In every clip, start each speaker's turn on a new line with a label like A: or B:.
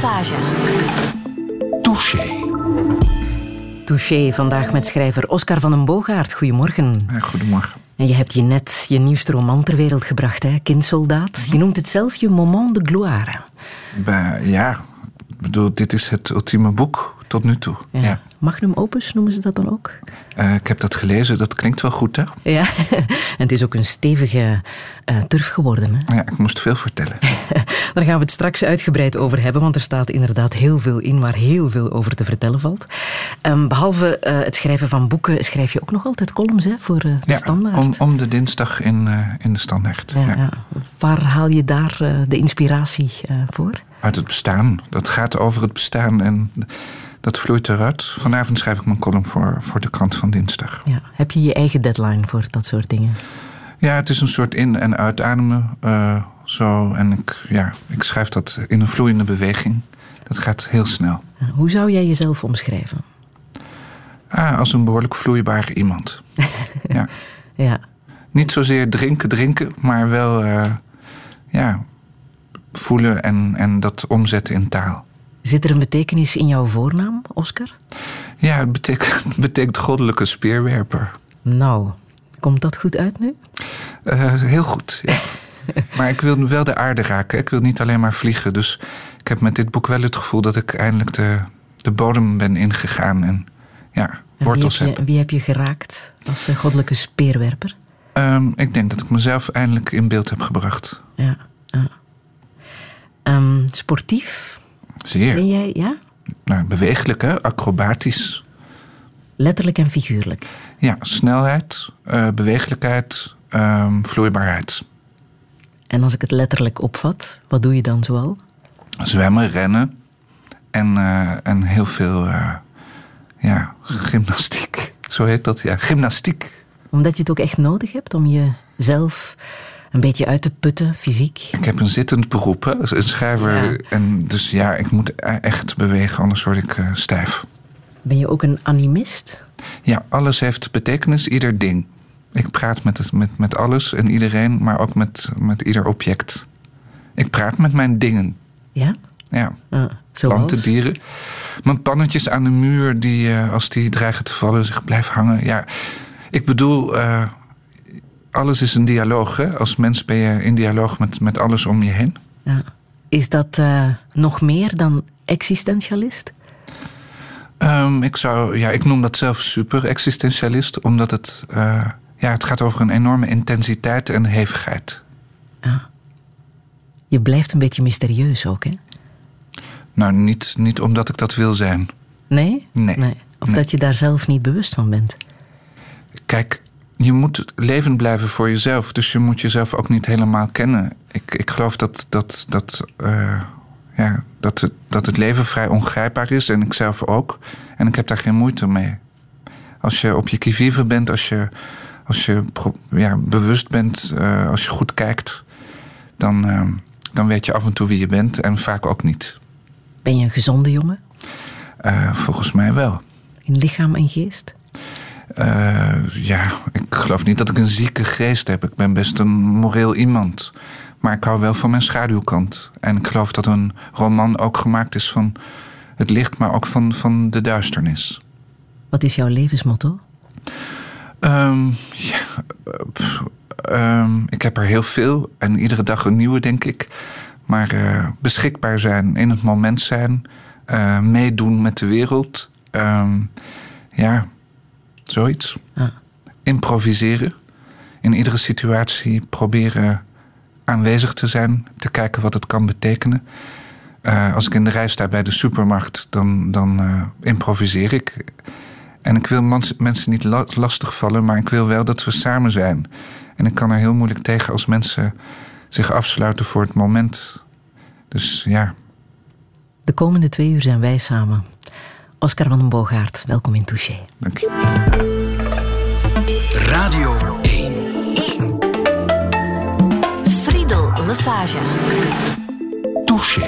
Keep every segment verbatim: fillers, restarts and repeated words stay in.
A: Lesage.
B: Touché.
C: Touché, vandaag met schrijver Oscar van den Boogaard. Goedemorgen.
B: Ja, goedemorgen.
C: En je hebt je net je nieuwste roman ter wereld gebracht, hè? Kindsoldaat. Je noemt het zelf je moment de gloire.
B: Bah, ja, ik bedoel, dit is het ultieme boek tot nu toe.
C: Ja.
B: Ja.
C: Magnum opus noemen ze dat dan ook?
B: Uh, ik heb dat gelezen, dat klinkt wel goed, hè?
C: Ja, en het is ook een stevige uh, turf geworden, hè?
B: Ja, ik moest veel vertellen.
C: Daar gaan we het straks uitgebreid over hebben, want er staat inderdaad heel veel in waar heel veel over te vertellen valt. Um, behalve uh, het schrijven van boeken, schrijf je ook nog altijd columns, hè, voor uh, de
B: ja,
C: Standaard?
B: Om, om de dinsdag in, uh, in de Standaard.
C: Ja,
B: ja.
C: Ja. Waar haal je daar uh, de inspiratie uh, voor?
B: Uit het bestaan. Dat gaat over het bestaan en dat vloeit eruit. Vanavond schrijf ik mijn column voor, voor de krant van dinsdag.
C: Ja. Heb je je eigen deadline voor dat soort dingen?
B: Ja, het is een soort in- en uitademen. Uh, zo. En ik, ja, ik schrijf dat in een vloeiende beweging. Dat gaat heel snel.
C: Hoe zou jij jezelf omschrijven?
B: Ah, als een behoorlijk vloeibaar iemand. Ja.
C: Ja.
B: Niet zozeer drinken, drinken, maar wel uh, ja, voelen en, en dat omzetten in taal.
C: Zit er een betekenis in jouw voornaam, Oscar?
B: Ja, het betekent, het betekent goddelijke speerwerper.
C: Nou, komt dat goed uit nu?
B: Uh, heel goed, ja. Maar ik wil wel de aarde raken. Ik wil niet alleen maar vliegen. Dus ik heb met dit boek wel het gevoel dat ik eindelijk de, de bodem ben ingegaan. En ja,
C: en
B: wortels
C: wie heb. Je,
B: heb.
C: Wie heb je geraakt als goddelijke speerwerper?
B: Um, ik denk dat ik mezelf eindelijk in beeld heb gebracht.
C: Ja. ja. Um, sportief?
B: Zeer.
C: Ben jij, ja?
B: Nou, bewegelijk, hè? Acrobatisch.
C: Letterlijk en figuurlijk?
B: Ja, snelheid, uh, bewegelijkheid, um, vloeibaarheid.
C: En als ik het letterlijk opvat, wat doe je dan zoal?
B: Zwemmen, rennen en, uh, en heel veel uh, ja, gymnastiek. Zo heet dat, ja, gymnastiek.
C: Omdat je het ook echt nodig hebt om jezelf een beetje uit te putten, fysiek?
B: Ik heb een zittend beroep, hè, een schrijver. Ja. En dus ja, ik moet echt bewegen, anders word ik uh, stijf.
C: Ben je ook een animist?
B: Ja, alles heeft betekenis, ieder ding. Ik praat met, het, met, met alles en iedereen, maar ook met, met ieder object. Ik praat met mijn dingen.
C: Ja?
B: Ja.
C: Uh,
B: Planten, dieren. Mijn pannetjes aan de muur, die uh, als die dreigen te vallen, zich blijven hangen. Ja, ik bedoel, uh, alles is een dialoog. Hè? Als mens ben je in dialoog met, met alles om je heen.
C: Ja. Is dat uh, nog meer dan existentialist?
B: Um, ik, zou, ja, ik noem dat zelf super-existentialist, omdat het, uh, ja, het gaat over een enorme intensiteit en hevigheid.
C: Ja. Je blijft een beetje mysterieus ook, hè?
B: Nou, niet, niet omdat ik dat wil zijn.
C: Nee?
B: Nee.
C: nee. Of
B: nee.
C: dat je daar zelf niet bewust van bent?
B: Kijk, je moet levend blijven voor jezelf, dus je moet jezelf ook niet helemaal kennen. Ik, ik geloof dat, dat, dat, uh, ja, dat, het, dat het leven vrij ongrijpbaar is en ik zelf ook. En ik heb daar geen moeite mee. Als je op je qui-vive bent, als je, als je ja, bewust bent, uh, als je goed kijkt, dan, uh, dan weet je af en toe wie je bent en vaak ook niet.
C: Ben je een gezonde jongen?
B: Uh, volgens mij wel.
C: In lichaam en geest?
B: Uh, ja, ik geloof niet dat ik een zieke geest heb. Ik ben best een moreel iemand. Maar ik hou wel van mijn schaduwkant. En ik geloof dat een roman ook gemaakt is van het licht, maar ook van, van de duisternis.
C: Wat is jouw levensmotto?
B: Um, ja, pff, um, ik heb er heel veel. En iedere dag een nieuwe, denk ik. Maar uh, beschikbaar zijn, in het moment zijn. Uh, meedoen met de wereld. Um, ja, zoiets.
C: Ah.
B: Improviseren. In iedere situatie proberen aanwezig te zijn. Te kijken wat het kan betekenen. Uh, als ik in de rij sta bij de supermarkt, dan, dan uh, improviseer ik. En ik wil mans, mensen niet la- lastigvallen, maar ik wil wel dat we samen zijn. En ik kan er heel moeilijk tegen als mensen zich afsluiten voor het moment. Dus ja.
C: De komende twee uur zijn wij samen. Oscar van den Boogaard, welkom in Touché.
B: Dank je.
A: Radio één. één. Friedel Lesage.
B: Touché.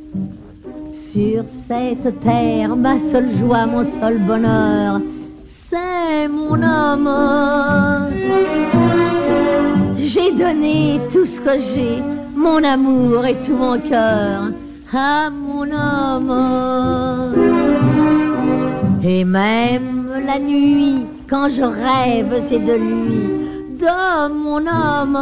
D: Sur cette terre, ma seule joie, mon seul bonheur, c'est mon homme. J'ai donné tout ce que j'ai, mon amour et tout mon cœur à mon homme. Et même la nuit, quand je rêve, c'est de lui, de mon homme.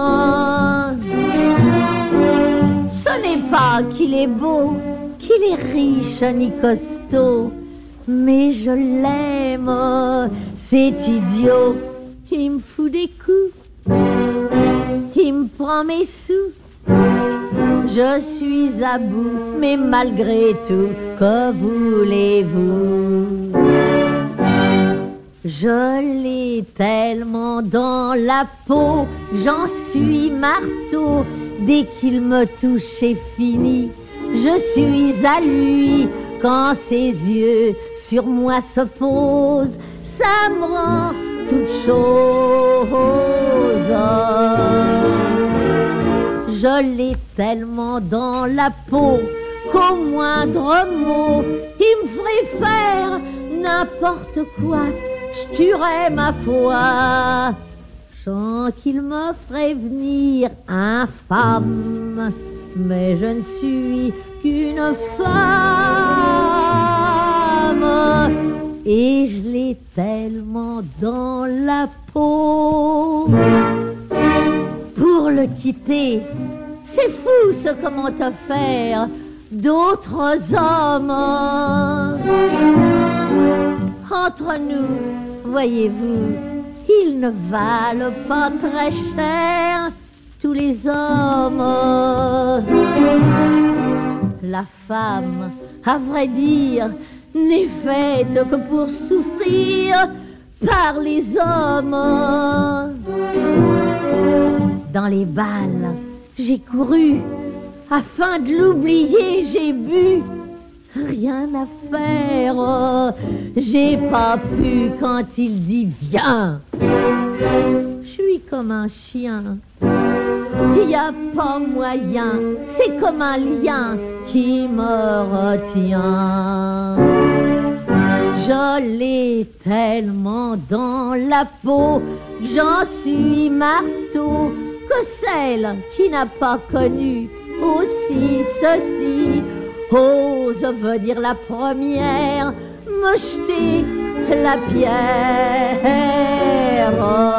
D: Ce n'est pas qu'il est beau, qu'il est riche ni costaud, mais je l'aime, c'est idiot. Il me fout des coups, il me prend mes sous. Je suis à bout, mais malgré tout, que voulez-vous? Je l'ai tellement dans la peau, j'en suis marteau. Dès qu'il me touche, c'est fini. Je suis à lui quand ses yeux sur moi se posent. Ça me rend toute chose. Je l'ai tellement dans la peau qu'au moindre mot, il me ferait faire n'importe quoi. Je tuerais ma foi. Sans qu'il me ferait venir infâme, mais je ne suis qu'une femme. Et je l'ai tellement dans la peau. Pour le quitter, c'est fou ce que m'ont offert d'autres hommes. Entre nous, voyez-vous, ils ne valent pas très cher, tous les hommes. La femme, à vrai dire, n'est faite que pour souffrir par les hommes. Dans les bals, j'ai couru, afin de l'oublier, j'ai bu. Rien à faire, j'ai pas pu quand il dit viens. Je suis comme un chien, y a pas moyen, c'est comme un lien qui me retient. Je l'ai tellement dans la peau, j'en suis marteau, que celle qui n'a pas connu aussi ceci ose venir la première me jeter la pierre.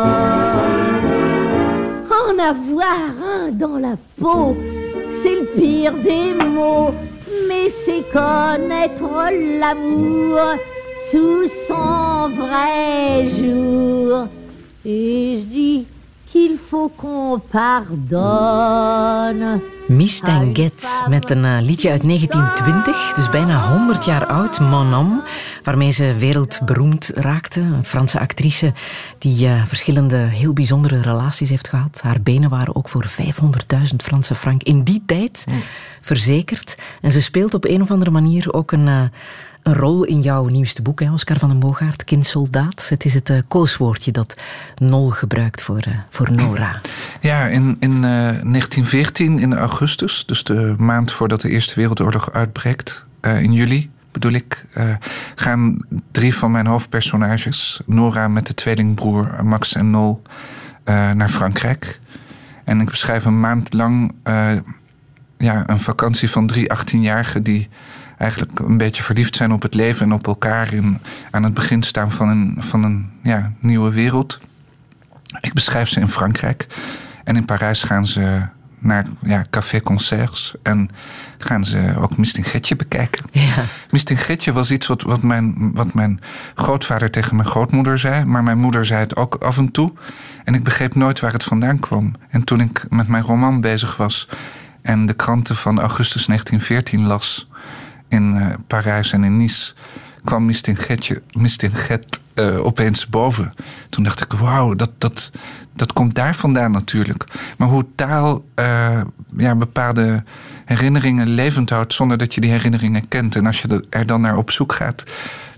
D: En avoir un dans la peau, c'est le pire des mots, mais c'est connaître l'amour sous son vrai jour. Et je dis qu'il faut qu'on pardonne.
C: Mist en Get met een uh, liedje uit negentien twintig, dus bijna honderd jaar oud, Mon Homme, waarmee ze wereldberoemd raakte. Een Franse actrice die uh, verschillende heel bijzondere relaties heeft gehad. Haar benen waren ook voor vijfhonderdduizend Franse frank in die tijd mm. verzekerd. En ze speelt op een of andere manier ook een... Uh, Een rol in jouw nieuwste boek, hè, Oscar van den Boogaard, Kindsoldaat. Het is het uh, kooswoordje dat Nol gebruikt voor, uh, voor Nora.
B: Ja, in, in uh, negentien veertien, in augustus, dus de maand voordat de Eerste Wereldoorlog uitbreekt, uh, in juli bedoel ik, uh, gaan drie van mijn hoofdpersonages, Nora met de tweelingbroer Max en Nol, uh, naar Frankrijk. En ik beschrijf een maand lang uh, ja, een vakantie van drie achttienjarigen die eigenlijk een beetje verliefd zijn op het leven en op elkaar in, aan het begin staan van een, van een ja, nieuwe wereld. Ik beschrijf ze in Frankrijk. En in Parijs gaan ze naar ja, café-concerts en gaan ze ook Mistingetje bekijken.
C: Ja.
B: Mistingetje was iets wat, wat, mijn, wat mijn grootvader tegen mijn grootmoeder zei, maar mijn moeder zei het ook af en toe. En ik begreep nooit waar het vandaan kwam. En toen ik met mijn roman bezig was en de kranten van augustus negentien veertien las in uh, Parijs en in Nice, kwam Mistingetje, Mistinget uh, opeens boven. Toen dacht ik, wauw, dat, dat, dat komt daar vandaan natuurlijk. Maar hoe taal uh, ja, bepaalde herinneringen levend houdt zonder dat je die herinneringen kent. En als je er dan naar op zoek gaat,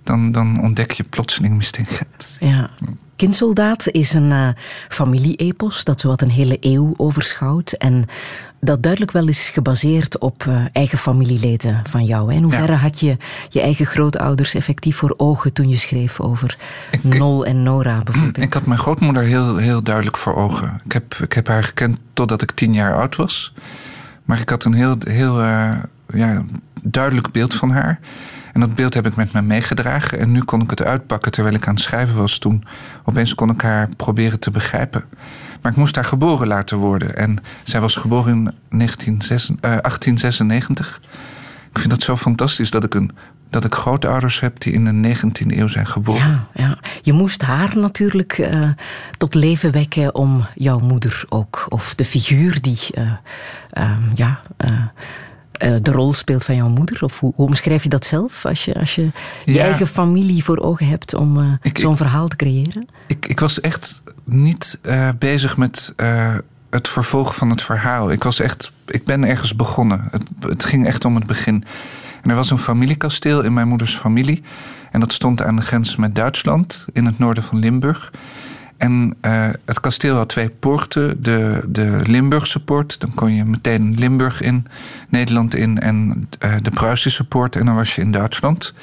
B: dan, dan ontdek je plotseling Mistinguett.
C: Ja. Kindsoldaat is een uh, familie-epos dat zowat een hele eeuw overschouwt en dat duidelijk wel is gebaseerd op uh, eigen familieleden van jou. Hè? In hoeverre ja. had je je eigen grootouders effectief voor ogen toen je schreef over ik, Nol en Nora bijvoorbeeld?
B: Ik had mijn grootmoeder heel, heel duidelijk voor ogen. Ik heb, ik heb haar gekend totdat ik tien jaar oud was. Maar ik had een heel, heel uh, ja, duidelijk beeld van haar. En dat beeld heb ik met me meegedragen. En nu kon ik het uitpakken terwijl ik aan het schrijven was. Toen opeens kon ik haar proberen te begrijpen. Maar ik moest haar geboren laten worden. En zij was geboren in negentien achttienhonderdzesennegentig. Ik vind dat zo fantastisch dat ik, een, dat ik grootouders heb die in de negentiende eeuw zijn geboren.
C: Ja, ja. Je moest haar natuurlijk uh, tot leven wekken om jouw moeder ook. Of de figuur die... Uh, uh, ja... Uh, Uh, de rol speelt van jouw moeder? Of hoe, hoe omschrijf je dat zelf als je als je, je ja. eigen familie voor ogen hebt om uh, ik, zo'n ik, verhaal te creëren?
B: Ik, ik was echt niet uh, bezig met uh, het vervolg van het verhaal. Ik, was echt, ik ben ergens begonnen. Het, het ging echt om het begin. En er was een familiekasteel in mijn moeders familie. En dat stond aan de grens met Duitsland, in het noorden van Limburg. En uh, het kasteel had twee poorten. De, de Limburgse poort, dan kon je meteen Limburg in, Nederland in. En uh, de Pruisische poort, en dan was je in Duitsland.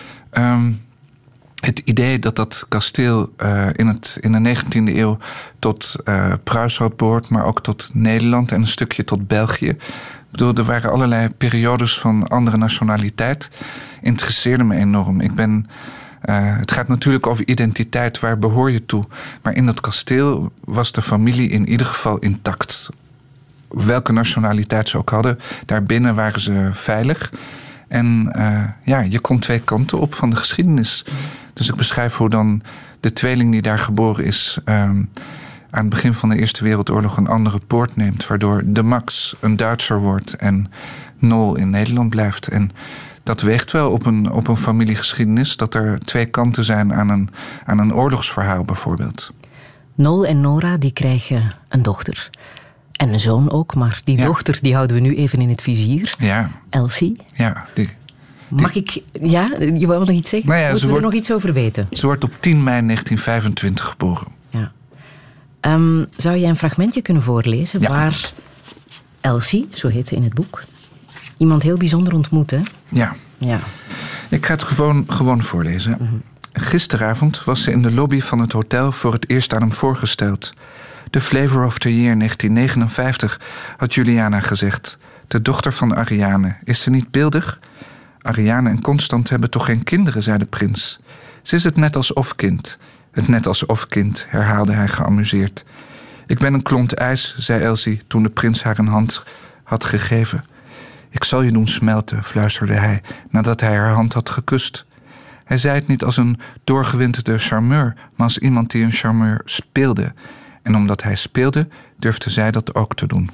B: Um, het idee dat dat kasteel uh, in, het, in de negentiende eeuw tot uh, Pruisen had behoord, maar ook tot Nederland en een stukje tot België. Ik bedoel, er waren allerlei periodes van andere nationaliteit. Interesseerde me enorm. Ik ben... Uh, het gaat natuurlijk over identiteit, waar behoor je toe. Maar in dat kasteel was de familie in ieder geval intact. Welke nationaliteit ze ook hadden, daarbinnen waren ze veilig. En uh, ja, je kon twee kanten op van de geschiedenis. Dus ik beschrijf hoe dan de tweeling die daar geboren is... Um, aan het begin van de Eerste Wereldoorlog een andere poort neemt... waardoor de Max een Duitser wordt en Nol in Nederland blijft. En dat weegt wel op een, op een familiegeschiedenis... dat er twee kanten zijn aan een, aan een oorlogsverhaal bijvoorbeeld.
C: Nol en Nora die krijgen een dochter. En een zoon ook, maar die ja. dochter die houden we nu even in het vizier.
B: Ja.
C: Elsie.
B: Ja, die...
C: Die... Mag ik... Ja, je wou nog iets zeggen?
B: Nou ja,
C: Moeten we
B: wordt,
C: er nog iets over weten?
B: Ze wordt op tien mei negentien vijfentwintig geboren.
C: Ja. Um, zou jij een fragmentje kunnen voorlezen... Ja. waar Elsie, zo heet ze in het boek... iemand heel bijzonder ontmoet, hè?
B: Ja.
C: ja.
B: Ik ga het gewoon, gewoon voorlezen. Mm-hmm. Gisteravond was ze in de lobby van het hotel... voor het eerst aan hem voorgesteld. The Flavor of the Year negentien negenenvijftig, had Juliana gezegd. De dochter van Ariane. Is ze niet beeldig? Ariane en Constant hebben toch geen kinderen, zei de prins. Ze is het net als of kind. Het net als of kind, herhaalde hij geamuseerd. Ik ben een klont ijs, zei Elsie toen de prins haar een hand had gegeven. Ik zal je doen smelten, fluisterde hij, nadat hij haar hand had gekust. Hij zei het niet als een doorgewinterde charmeur, maar als iemand die een charmeur speelde. En omdat hij speelde, durfde zij dat ook te doen.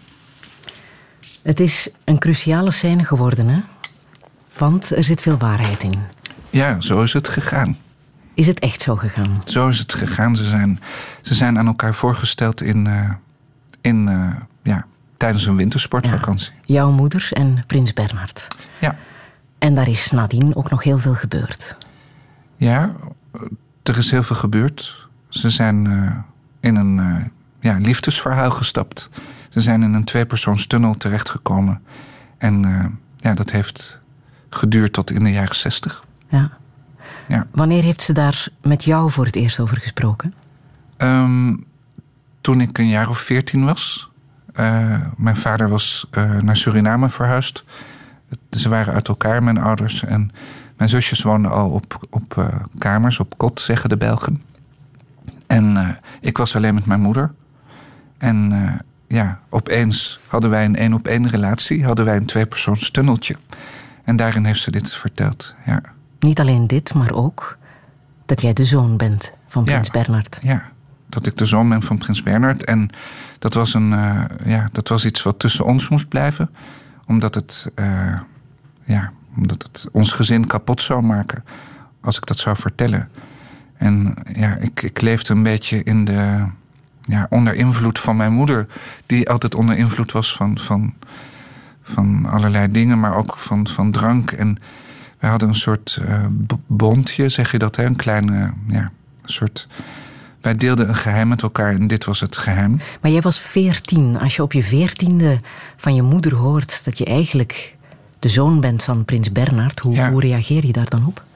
C: Het is een cruciale scène geworden, hè? Want er zit veel waarheid in.
B: Ja, zo is het gegaan.
C: Is het echt zo gegaan?
B: Zo is het gegaan. Ze zijn, ze zijn aan elkaar voorgesteld in, uh, in, uh, ja, tijdens een wintersportvakantie.
C: Ja, jouw moeder en prins Bernhard.
B: Ja.
C: En daar is nadien ook nog heel veel gebeurd.
B: Ja, er is heel veel gebeurd. Ze zijn uh, in een uh, ja, liefdesverhaal gestapt. Ze zijn in een tweepersoonstunnel terechtgekomen. En uh, ja, dat heeft geduurd tot in de jaren zestig.
C: Ja.
B: Ja.
C: Wanneer heeft ze daar met jou voor het eerst over gesproken?
B: Um, toen ik een jaar of veertien was. Uh, mijn vader was uh, naar Suriname verhuisd. Ze waren uit elkaar, mijn ouders. En mijn zusjes woonden al op, op uh, kamers, op kot, zeggen de Belgen. En uh, ik was alleen met mijn moeder. En uh, ja, opeens hadden wij een één-op-één relatie. Hadden wij een tweepersoonstunneltje. En daarin heeft ze dit verteld, ja.
C: Niet alleen dit, maar ook dat jij de zoon bent van prins
B: ja,
C: Bernhard.
B: Ja, dat ik de zoon ben van prins Bernhard. En dat was, een, uh, ja, dat was iets wat tussen ons moest blijven. Omdat het, uh, ja, omdat het ons gezin kapot zou maken als ik dat zou vertellen. En ja, ik, ik leefde een beetje in de, ja, onder invloed van mijn moeder. Die altijd onder invloed was van, van, van allerlei dingen, maar ook van, van drank. En wij hadden een soort uh, bondje, zeg je dat, hè? Een kleine, ja, soort... Wij deelden een geheim met elkaar en dit was het geheim.
C: Maar jij was veertien. Als je op je veertiende van je moeder hoort dat je eigenlijk de zoon bent van prins Bernhard, hoe, ja. hoe reageer je daar dan op?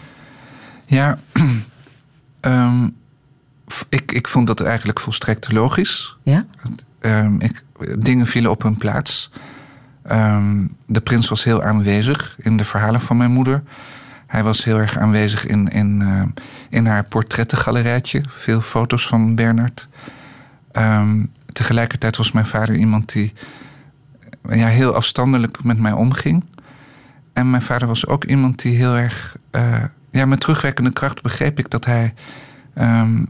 B: Ja, um, ik, ik vond dat eigenlijk volstrekt logisch.
C: Ja?
B: Um, ik, dingen vielen op hun plaats. Um, de prins was heel aanwezig in de verhalen van mijn moeder. Hij was heel erg aanwezig in, in, uh, in haar portrettengalerijtje. Veel foto's van Bernhard. Um, tegelijkertijd was mijn vader iemand die ja, heel afstandelijk met mij omging. En mijn vader was ook iemand die heel erg... Uh, ja, met terugwerkende kracht begreep ik dat hij... Um,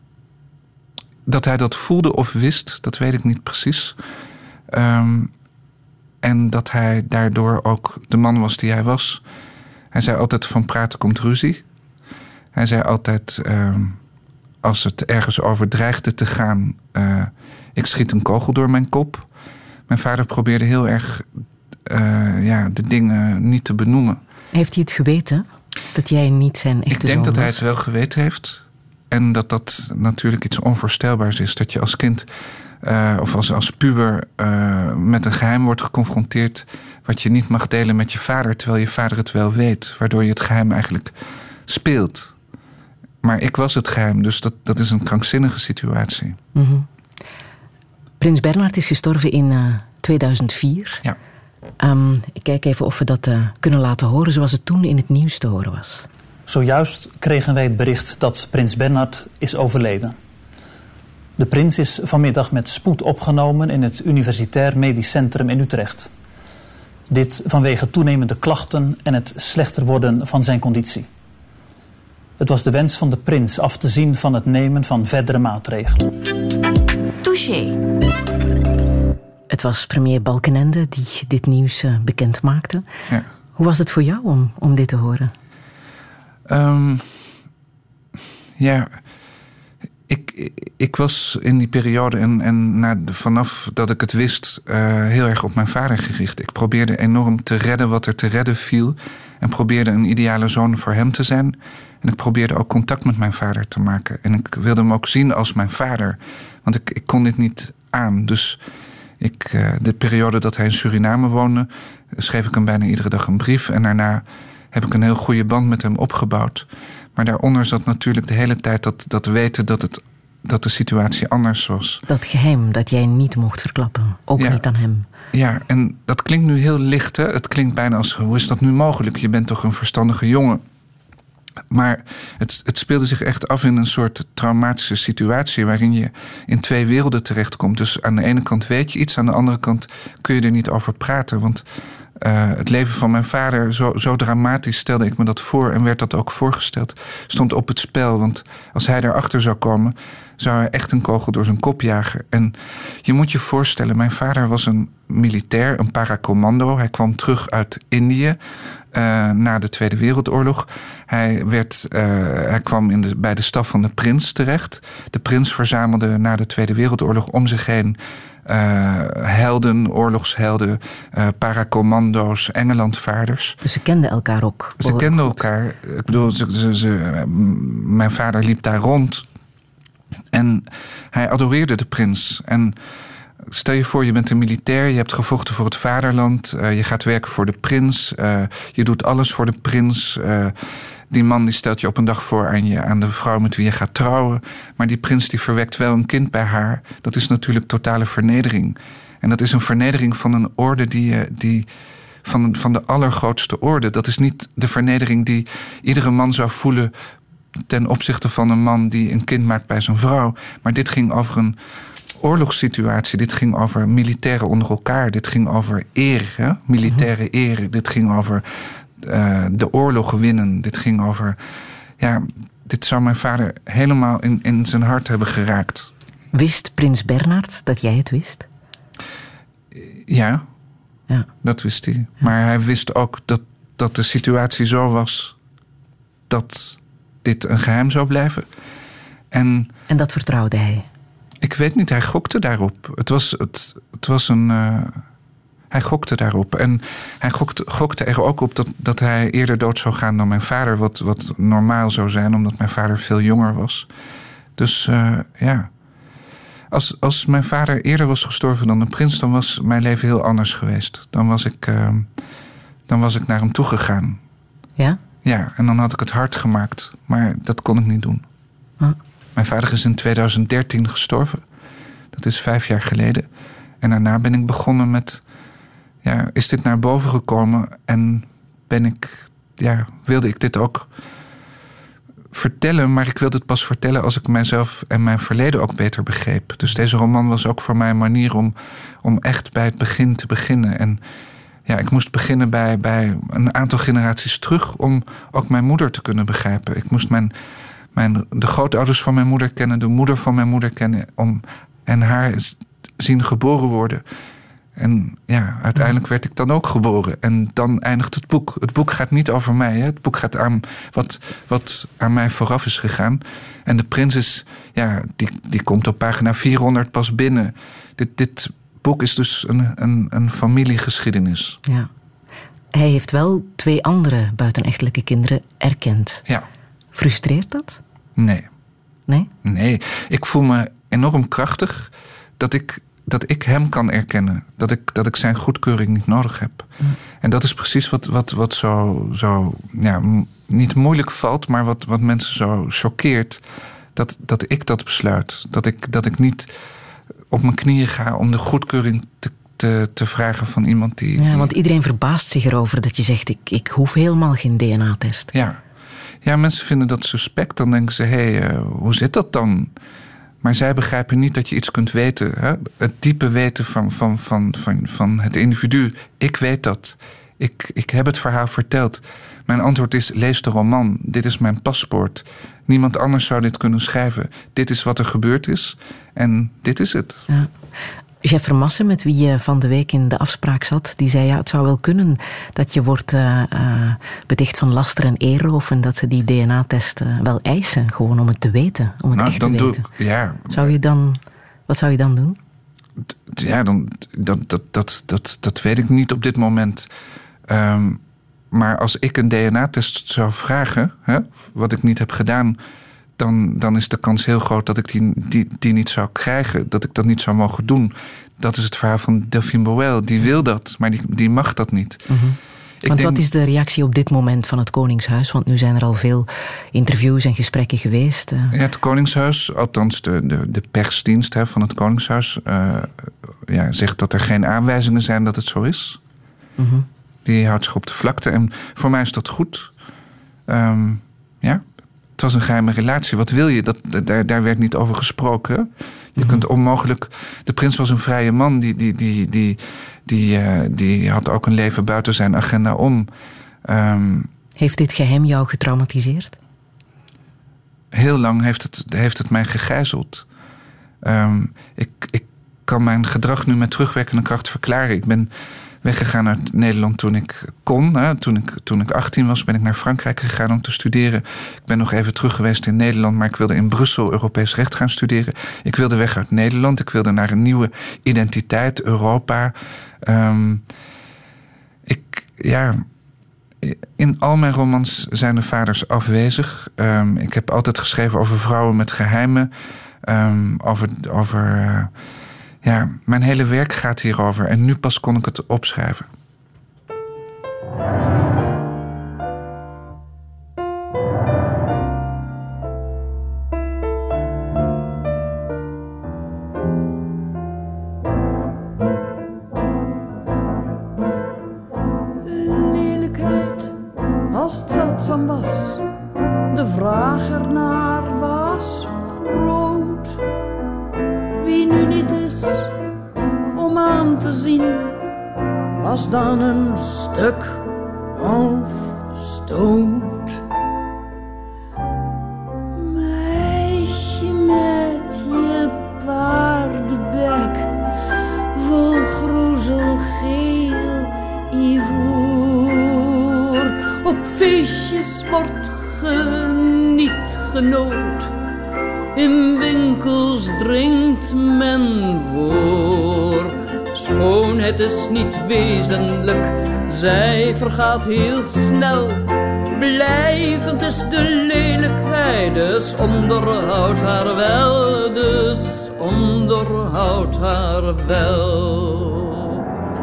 B: dat hij dat voelde of wist, dat weet ik niet precies. Um, en dat hij daardoor ook de man was die hij was... Hij zei altijd, van praten komt ruzie. Hij zei altijd, uh, als het ergens over dreigde te gaan... Uh, ik schiet een kogel door mijn kop. Mijn vader probeerde heel erg uh, ja, de dingen niet te benoemen.
C: Heeft hij het geweten? Dat jij niet zijn echte zoon was?
B: Ik denk dat hij het wel geweten heeft. En dat dat natuurlijk iets onvoorstelbaars is. Dat je als kind uh, of als, als puber uh, met een geheim wordt geconfronteerd... wat je niet mag delen met je vader, terwijl je vader het wel weet. Waardoor je het geheim eigenlijk speelt. Maar ik was het geheim, dus dat, dat is een krankzinnige situatie.
C: Mm-hmm. Prins Bernhard is gestorven in uh, tweeduizend vier.
B: Ja.
C: Um, ik kijk even of we dat uh, kunnen laten horen zoals het toen in het nieuws te horen was.
E: Zojuist kregen wij het bericht dat prins Bernhard is overleden. De prins is vanmiddag met spoed opgenomen in het Universitair Medisch Centrum in Utrecht. Dit vanwege toenemende klachten en het slechter worden van zijn conditie. Het was de wens van de prins af te zien van het nemen van verdere maatregelen.
A: Touché.
C: Het was premier Balkenende die dit nieuws uh, bekend maakte.
B: Ja.
C: Hoe was het voor jou om, om dit te horen?
B: Um, ja, ik, ik was in die periode en, en na, vanaf dat ik het wist uh, heel erg op mijn vader gericht. Ik probeerde enorm te redden wat er te redden viel. En probeerde een ideale zoon voor hem te zijn. En ik probeerde ook contact met mijn vader te maken. En ik wilde hem ook zien als mijn vader. Want ik, ik kon dit niet aan. Dus ik, uh, de periode dat hij in Suriname woonde, schreef ik hem bijna iedere dag een brief. En daarna heb ik een heel goede band met hem opgebouwd. Maar daaronder zat natuurlijk de hele tijd dat, dat weten dat, het, dat de situatie anders was.
C: Dat geheim dat jij niet mocht verklappen. Ook
B: ja.
C: niet aan hem.
B: Ja, en dat klinkt nu heel licht. Hè? Het klinkt bijna als, hoe is dat nu mogelijk? Je bent toch een verstandige jongen? Maar het, het speelde zich echt af in een soort traumatische situatie waarin je in twee werelden terechtkomt. Dus aan de ene kant weet je iets, aan de andere kant kun je er niet over praten. Want uh, het leven van mijn vader, zo, zo dramatisch stelde ik me dat voor en werd dat ook voorgesteld, stond op het spel. Want als hij daarachter zou komen, zou hij echt een kogel door zijn kop jagen. En je moet je voorstellen, mijn vader was een militair, een paracommando. Hij kwam terug uit Indië uh, na de Tweede Wereldoorlog. Hij, werd, uh, hij kwam in de, bij de staf van de prins terecht. De prins verzamelde na de Tweede Wereldoorlog om zich heen Uh, helden, oorlogshelden, uh, paracommando's, Engelandvaarders.
C: Dus ze kenden elkaar ook?
B: Ze kenden elkaar. Ik bedoel, ze, ze, ze, mijn vader liep daar rond. En hij adoreerde de prins. En stel je voor, je bent een militair, je hebt gevochten voor het vaderland, uh, je gaat werken voor de prins, uh, je doet alles voor de prins. Uh, Die man die stelt je op een dag voor aan, je, aan de vrouw met wie je gaat trouwen. Maar die prins die verwekt wel een kind bij haar. Dat is natuurlijk totale vernedering. En dat is een vernedering van een orde die, die van, van de allergrootste orde. Dat is niet de vernedering die iedere man zou voelen ten opzichte van een man die een kind maakt bij zijn vrouw. Maar dit ging over een oorlogssituatie. Dit ging over militairen onder elkaar. Dit ging over eer, hè? Militaire eer. Dit ging over Uh, de oorlog winnen. Dit ging over, ja, dit zou mijn vader helemaal in, in zijn hart hebben geraakt.
C: Wist prins Bernhard dat jij het wist?
B: Ja,
C: ja.
B: dat wist hij. Ja. Maar hij wist ook dat, dat de situatie zo was dat dit een geheim zou blijven. En,
C: en dat vertrouwde hij?
B: Ik weet niet, hij gokte daarop. Het was, het, het was een... Uh, Hij gokte daarop. En hij gokte, gokte er ook op dat, dat hij eerder dood zou gaan dan mijn vader. Wat, wat normaal zou zijn, omdat mijn vader veel jonger was. Dus uh, ja... Als, als mijn vader eerder was gestorven dan de prins, dan was mijn leven heel anders geweest. Dan was ik, uh, dan was ik naar hem toegegaan.
C: Ja?
B: Ja, en dan had ik het hard gemaakt. Maar dat kon ik niet doen.
C: Huh?
B: Mijn vader is in twintig dertien gestorven. Dat is vijf jaar geleden. En daarna ben ik begonnen met... Ja, is dit naar boven gekomen? En ben ik... Ja, wilde ik dit ook... vertellen, maar ik wilde het pas vertellen als ik mijzelf en mijn verleden ook beter begreep. Dus deze roman was ook voor mij een manier om, om echt bij het begin te beginnen. En ja, ik moest beginnen bij, bij een aantal generaties terug om ook mijn moeder te kunnen begrijpen. Ik moest mijn, mijn, de grootouders van mijn moeder kennen, de moeder van mijn moeder kennen om, en haar zien geboren worden. En ja, uiteindelijk werd ik dan ook geboren. En dan eindigt het boek. Het boek gaat niet over mij. Hè? Het boek gaat aan wat, wat aan mij vooraf is gegaan. En de prins is, ja, die, die komt op pagina vierhonderd pas binnen. Dit, dit boek is dus een, een, een familiegeschiedenis.
C: Ja. Hij heeft wel twee andere buitenechtelijke kinderen erkend.
B: Ja.
C: Frustreert dat?
B: Nee.
C: Nee?
B: Nee. Ik voel me enorm krachtig dat ik... dat ik hem kan erkennen. Dat ik, dat ik zijn goedkeuring niet nodig heb. Mm. En dat is precies wat, wat, wat zo, zo ja, m- niet moeilijk valt... maar wat, wat mensen zo choqueert. Dat, dat ik dat besluit. Dat ik, dat ik niet op mijn knieën ga om de goedkeuring te, te, te vragen van iemand die...
C: Ja,
B: die...
C: want iedereen verbaast zich erover dat je zegt... ik, ik hoef helemaal geen D N A-test.
B: Ja. ja, mensen vinden dat suspect. Dan denken ze, hé, hey, uh, hoe zit dat dan... Maar zij begrijpen niet dat je iets kunt weten. Hè? Het diepe weten van, van, van, van, van het individu. Ik weet dat. Ik, ik heb het verhaal verteld. Mijn antwoord is, lees de roman. Dit is mijn paspoort. Niemand anders zou dit kunnen schrijven. Dit is wat er gebeurd is. En dit is het.
C: Ja. Chef Vermassen, met wie je van de week in de afspraak zat... die zei, ja, het zou wel kunnen dat je wordt uh, uh, beticht van laster en eerroof... en dat ze die D N A-test uh, wel eisen, gewoon om het te weten. Om het
B: nou,
C: echt
B: dan
C: te
B: doe
C: weten.
B: Ik, ja.
C: Zou je dan, wat zou je dan doen?
B: Ja, dan, dat, dat, dat, dat, dat weet ik niet op dit moment. Um, maar als ik een D N A-test zou vragen... Hè, wat ik niet heb gedaan... Dan, dan is de kans heel groot dat ik die, die, die niet zou krijgen. Dat ik dat niet zou mogen doen. Dat is het verhaal van Delphine Boel. Die wil dat, maar die, die mag dat niet.
C: Mm-hmm.
B: Ik
C: Want
B: denk...
C: wat is de reactie op dit moment van het Koningshuis? Want nu zijn er al veel interviews en gesprekken geweest. Uh...
B: Ja, het Koningshuis, althans de, de, de persdienst hè, van het Koningshuis... Uh, ja, zegt dat er geen aanwijzingen zijn dat het zo is.
C: Mm-hmm.
B: Die houdt zich op de vlakte. En voor mij is dat goed. Um, ja... Het was een geheime relatie. Wat wil je? Dat, daar, daar werd niet over gesproken. Je mm-hmm. kunt onmogelijk... De prins was een vrije man. Die, die, die, die, die, uh, die had ook een leven buiten zijn agenda om. Um,
C: heeft dit geheim jou getraumatiseerd?
B: Heel lang heeft het, heeft het mij gegijzeld. Um, ik, ik kan mijn gedrag nu met terugwerkende kracht verklaren. Ik ben weggegaan uit Nederland toen ik kon. Hè. Toen, ik, toen ik achttien was, ben ik naar Frankrijk gegaan om te studeren. Ik ben nog even terug geweest in Nederland, maar ik wilde in Brussel Europees recht gaan studeren. Ik wilde weg uit Nederland. Ik wilde naar een nieuwe identiteit, Europa. Um, ik, ja... In al mijn romans zijn de vaders afwezig. Um, ik heb altijd geschreven over vrouwen met geheimen. Um, over... over uh, Ja, mijn hele werk gaat hierover en nu pas kon ik het opschrijven.
F: Lelijkheid, als het zeldzaam was, de vraag ernaar was groot. Wie nu niet is om aan te zien, was dan een stuk of stoot. Meisje met je paardenbek, vol groezelgeel ivoor. Op feestjes wordt ge niet genood, in winkels drinkt men voor. Schoonheid is niet wezenlijk, zij vergaat heel snel. Blijvend is de lelijkheid, dus onderhoud haar wel, dus onderhoud haar wel.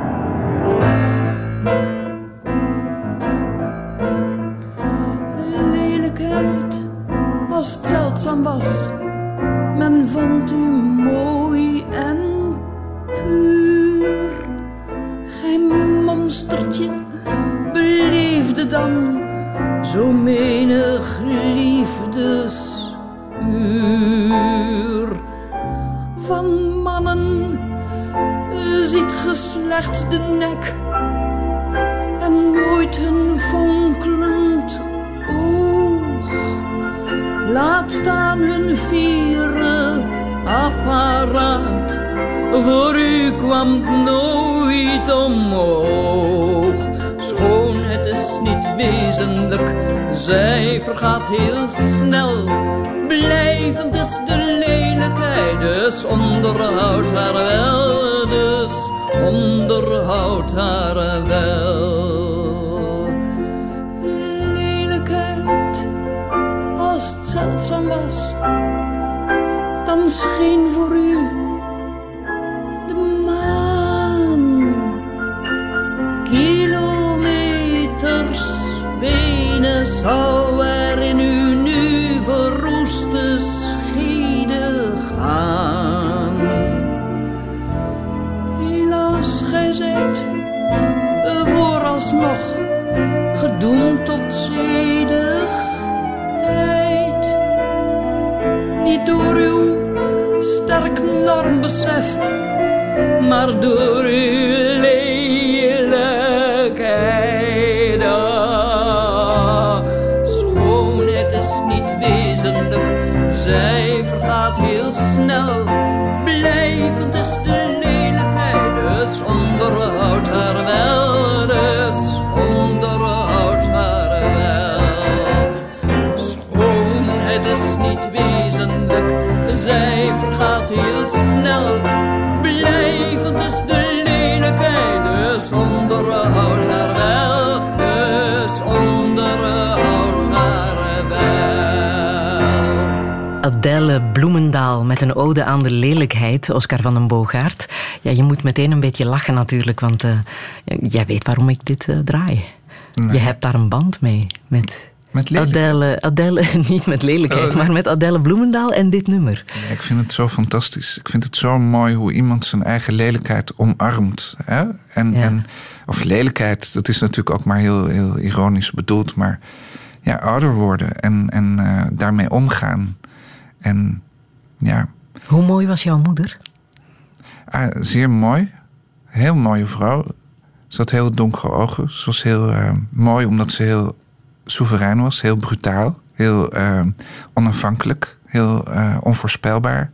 F: Lelijkheid, als het zeldzaam was, men vond u mooi en puur. Gij monstertje beleefde dan zo menig liefdesuur. Van mannen ziet ge slechts de nek en nooit hun fonkelend oog. Laat staan hun vieren apparaat, voor u kwam het nooit omhoog. Schoonheid is niet wezenlijk, zij vergaat heel snel. Blijvend is de lelijkheid, dus onderhoud haar wel, dus onderhoud haar wel. Lelijkheid, als het zeldzaam was, dan scheen voor u de maan. Kilometers benen zou er in u nu verroeste schede gaan. Helaas, gij zijt vooralsnog gedoemd tot zedigheid. Niet door uw sterk normbesef, maar door uw lelijkheid. Ah, schoonheid is niet wezenlijk, zij vergaat heel snel. Blijvend is de lelijkheid, dus onderhoud haar wel, dus onderhoud haar wel. Schoonheid is niet wezenlijk, zij vergaat heel snel. Blijvend is de lelijkheid, dus onderhoud haar wel, dus onderhoud haar wel.
C: Adèle Bloemendaal met een ode aan de lelijkheid, Oscar van den Boogaard. Ja, je moet meteen een beetje lachen natuurlijk, want uh, jij weet waarom ik dit uh, draai. Nee. Je hebt daar een band mee met...
B: Met
C: Adèle, Adèle, niet met lelijkheid, oh, maar met Adèle Bloemendaal en dit nummer.
B: Ja, ik vind het zo fantastisch. Ik vind het zo mooi hoe iemand zijn eigen lelijkheid omarmt. Hè? En, ja. en, of lelijkheid, dat is natuurlijk ook maar heel, heel ironisch bedoeld. Maar ja, ouder worden en, en uh, daarmee omgaan. En ja.
C: Hoe mooi was jouw moeder?
B: Ah, zeer mooi. Heel mooie vrouw. Ze had heel donkere ogen. Ze was heel uh, mooi omdat ze heel soeverein was, heel brutaal, heel uh, onafhankelijk, heel uh, onvoorspelbaar.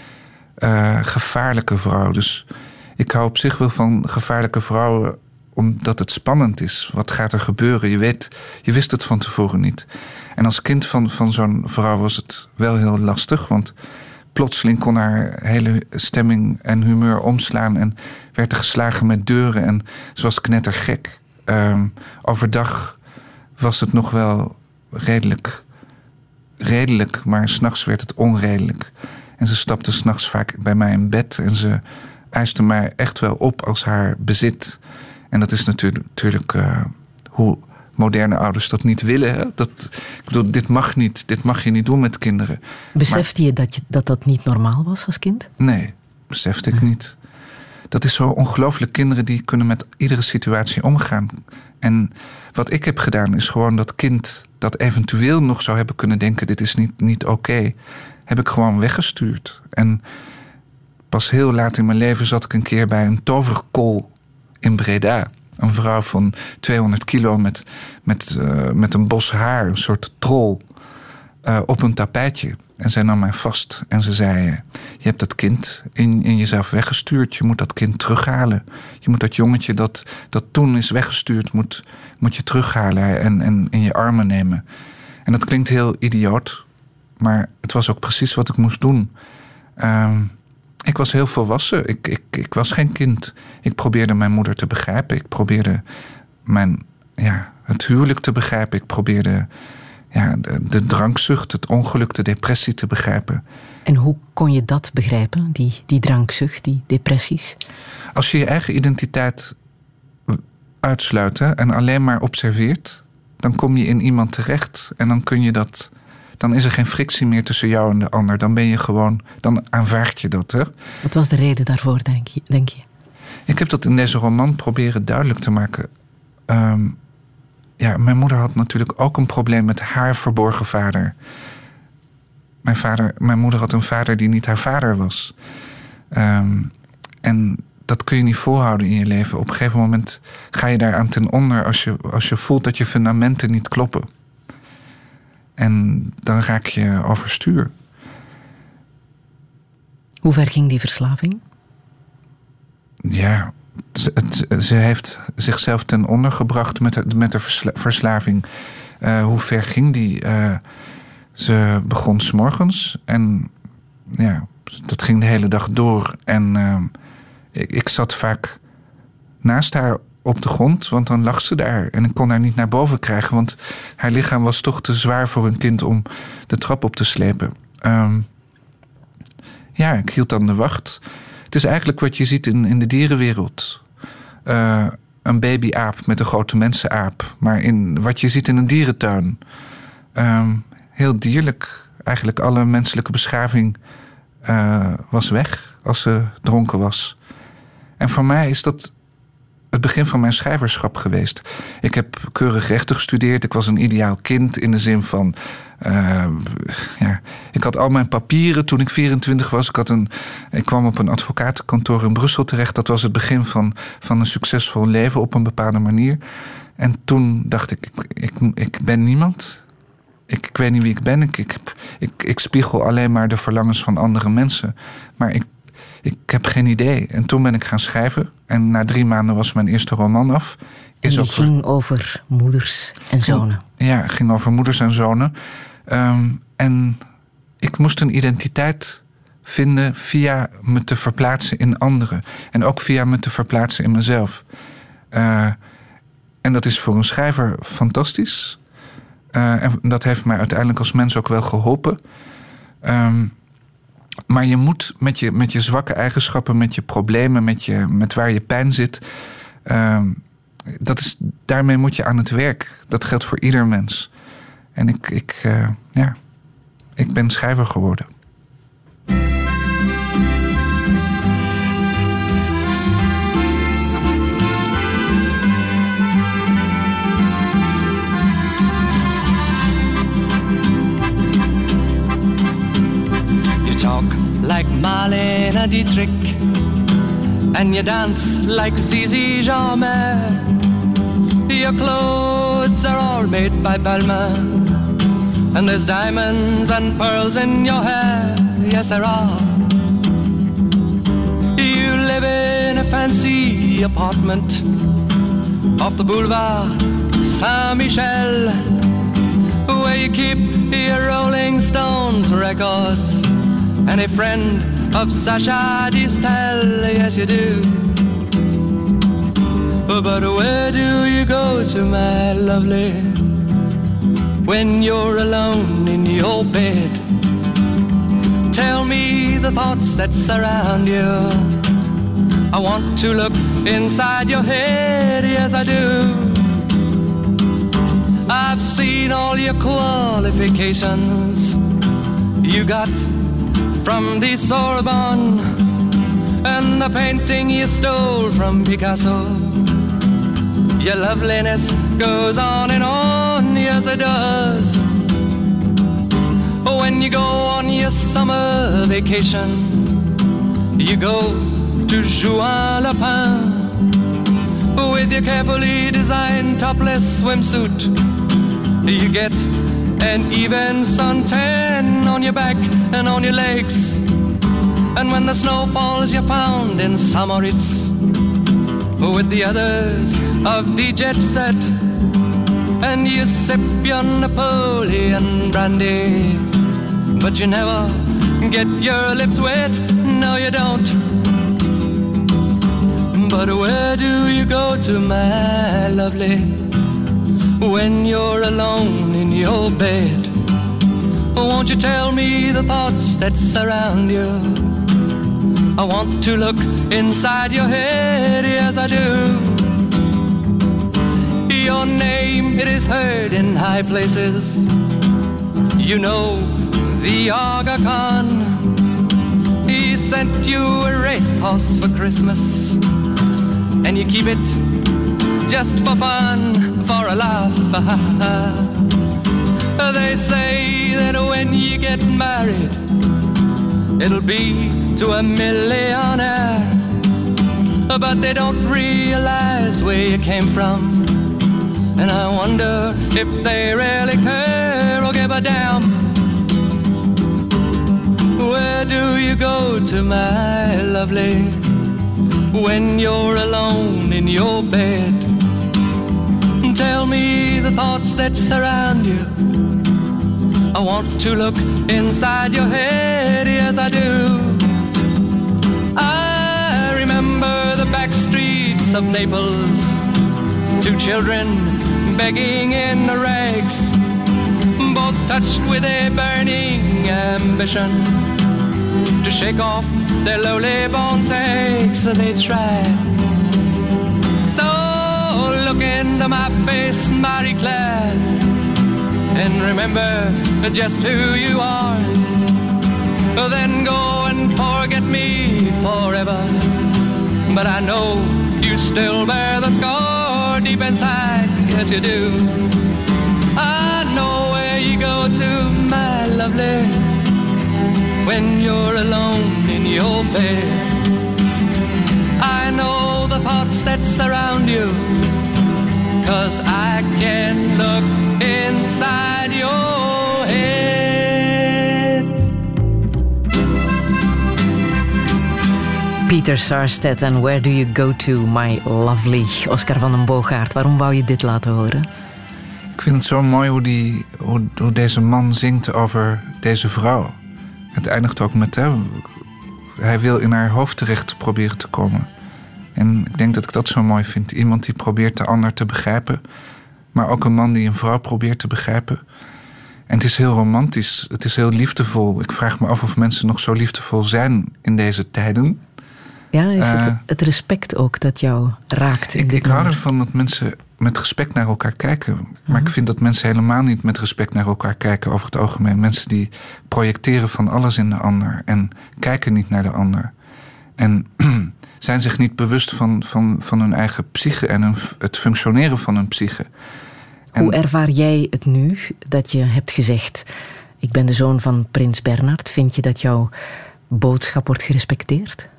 B: Uh, gevaarlijke vrouw. Dus ik hou op zich wel van gevaarlijke vrouwen, omdat het spannend is. Wat gaat er gebeuren? Je weet, je wist het van tevoren niet. En als kind van, van zo'n vrouw was het wel heel lastig, want plotseling kon haar hele stemming en humeur omslaan en werd er geslagen met deuren en ze was knettergek. Uh, overdag was het nog wel redelijk, redelijk, maar 's nachts werd het onredelijk. En ze stapte 's nachts vaak bij mij in bed en ze eiste mij echt wel op als haar bezit. En dat is natuurlijk, natuurlijk uh, hoe moderne ouders dat niet willen. Hè? Dat, ik bedoel, dit mag niet, dit mag je niet doen met kinderen.
C: Besefte maar, je dat, je dat dat niet normaal was als kind?
B: Nee, besefte ik niet. Dat is zo ongelooflijk. Kinderen die kunnen met iedere situatie omgaan. En wat ik heb gedaan is gewoon dat kind dat eventueel nog zou hebben kunnen denken, dit is niet, niet oké, okay, heb ik gewoon weggestuurd. En pas heel laat in mijn leven zat ik een keer bij een toverkool in Breda. Een vrouw van tweehonderd kilo met, met, uh, met een bos haar, een soort troll, uh, op een tapijtje. En zij nam mij vast en ze zei, je hebt dat kind in, in jezelf weggestuurd. Je moet dat kind terughalen. Je moet dat jongetje dat, dat toen is weggestuurd, moet, moet je terughalen en, en in je armen nemen. En dat klinkt heel idioot, maar het was ook precies wat ik moest doen. Uh, ik was heel volwassen. Ik, ik, ik, ik was geen kind. Ik probeerde mijn moeder te begrijpen. Ik probeerde mijn, ja, het huwelijk te begrijpen. Ik probeerde ja, de, de drankzucht, het ongeluk, de depressie te begrijpen.
C: En hoe kon je dat begrijpen, die, die drankzucht, die depressies?
B: Als je je eigen identiteit uitsluit en alleen maar observeert, dan kom je in iemand terecht en dan kun je dat. Dan is er geen frictie meer tussen jou en de ander. Dan ben je gewoon, dan aanvaard je dat. Hè?
C: Wat was de reden daarvoor, denk je? Denk je?
B: Ik heb dat in deze roman proberen duidelijk te maken. Um, ja, mijn moeder had natuurlijk ook een probleem met haar verborgen vader. Mijn, vader, mijn moeder had een vader die niet haar vader was. Um, en dat kun je niet volhouden in je leven. Op een gegeven moment ga je daaraan ten onder als je, als je voelt dat je fundamenten niet kloppen. En dan raak je overstuur.
C: Hoe ver ging die verslaving?
B: Ja, ze, het, ze heeft zichzelf ten onder gebracht met de, met de versla, verslaving. Uh, hoe ver ging die? Uh, ze begon 's morgens en ja, dat ging de hele dag door. En uh, ik, ik zat vaak naast haar op de grond, want dan lag ze daar. En ik kon haar niet naar boven krijgen, want haar lichaam was toch te zwaar voor een kind om de trap op te slepen. Um, ja, ik hield dan de wacht. Het is eigenlijk wat je ziet in, in de dierenwereld. Uh, een babyaap met een grote mensenaap. Maar in, wat je ziet in een dierentuin. Um, heel dierlijk. Eigenlijk alle menselijke beschaving uh, was weg als ze dronken was. En voor mij is dat het begin van mijn schrijverschap geweest. Ik heb keurig rechten gestudeerd. Ik was een ideaal kind in de zin van Uh, ja, ik had al mijn papieren toen ik vierentwintig was. Ik, had een, ik kwam op een advocatenkantoor in Brussel terecht. Dat was het begin van, van een succesvol leven op een bepaalde manier. En toen dacht ik, ik, ik, ik ben niemand. Ik, ik weet niet wie ik ben. Ik, ik, ik, ik spiegel alleen maar de verlangens van andere mensen. Maar ik, ik heb geen idee. En toen ben ik gaan schrijven. En na drie maanden was mijn eerste roman af.
C: En die ging over moeders en zonen.
B: Ja, het ging over moeders en zonen. Um, en ik moest een identiteit vinden via me te verplaatsen in anderen. En ook via me te verplaatsen in mezelf. Uh, en dat is voor een schrijver fantastisch. Uh, en dat heeft mij uiteindelijk als mens ook wel geholpen. Um, maar je moet met je, met je zwakke eigenschappen, met je problemen, met, je, met waar je pijn zit, Um, dat is, daarmee moet je aan het werk. Dat geldt voor ieder mens. En ik, ik, uh, ja, ik ben schrijver geworden.
G: You talk like Marlene Dietrich, and you dance like Zizi Jeanmaire. Your clothes are all made by Balmain, and there's diamonds and pearls in your hair. Yes, there are. You live in a fancy apartment off the boulevard Saint-Michel, where you keep your Rolling Stones records and a friend of Sacha Distel. Yes, you do. But where do you go to, my lovely, when you're alone in your bed? Tell me the thoughts that surround you. I want to look inside your head, yes I do. I've seen all your qualifications you got from the Sorbonne, and the painting you stole from Picasso. Your loveliness goes on and on, yes it does. When you go on your summer vacation, you go to Juan-le-Pin with your carefully designed topless swimsuit. You get an even suntan on your back and on your legs. And when the snow falls, you're found in Samoritz with the others of the jet set, and you sip your Napoleon brandy, but you never get your lips wet, no you don't. But where do you go to, my lovely, when you're alone in your bed? Won't you tell me the thoughts that surround you? I want to look inside your head, yes I do. Your name, it is heard in high places. You know the Aga Khan. He sent you a racehorse for Christmas, and you keep it just for fun, for a laugh. They say that when you get married, it'll be to a millionaire, but they don't realize where you came from, and I wonder if they really care or give a damn. Where do you go to, my lovely, when you're alone in your bed? Tell me the thoughts that surround you. I want to look inside your head, yes I do. I remember the back streets of Naples, two children begging in the rags, both touched with a burning ambition to shake off their lowly born takes. They tried. So look into my face, Marie Claire, and remember just who you are. Then go and forget me forever, but I know you still bear the scar deep inside, yes you do. I know where you go to, my lovely, when you're alone in your bed. I know the thoughts that surround you, 'cause I can look inside your head.
C: Peter Sarstedt en Where Do You Go To, My Lovely. Oscar van den Boogaard, waarom wou je dit laten horen?
B: Ik vind het zo mooi hoe, die, hoe, hoe deze man zingt over deze vrouw. Het eindigt ook met, hè, hij wil in haar hoofd terecht proberen te komen. En ik denk dat ik dat zo mooi vind. Iemand die probeert de ander te begrijpen, maar ook een man die een vrouw probeert te begrijpen. En het is heel romantisch, het is heel liefdevol. Ik vraag me af of mensen nog zo liefdevol zijn in deze tijden.
C: Ja, is het,
B: Uh,
C: het respect ook dat jou raakt? In
B: ik
C: dit
B: ik hou
C: nummer?
B: ervan dat mensen met respect naar elkaar kijken. Maar
C: Uh-huh.
B: ik vind dat mensen helemaal niet met respect naar elkaar kijken over het algemeen. Mensen die projecteren van alles in de ander en kijken niet naar de ander. En zijn zich niet bewust van, van, van hun eigen psyche en hun, het functioneren van hun psyche. En
C: Hoe ervaar jij het nu dat je hebt gezegd, ik ben de zoon van prins Bernhard? Vind je dat jouw boodschap wordt gerespecteerd?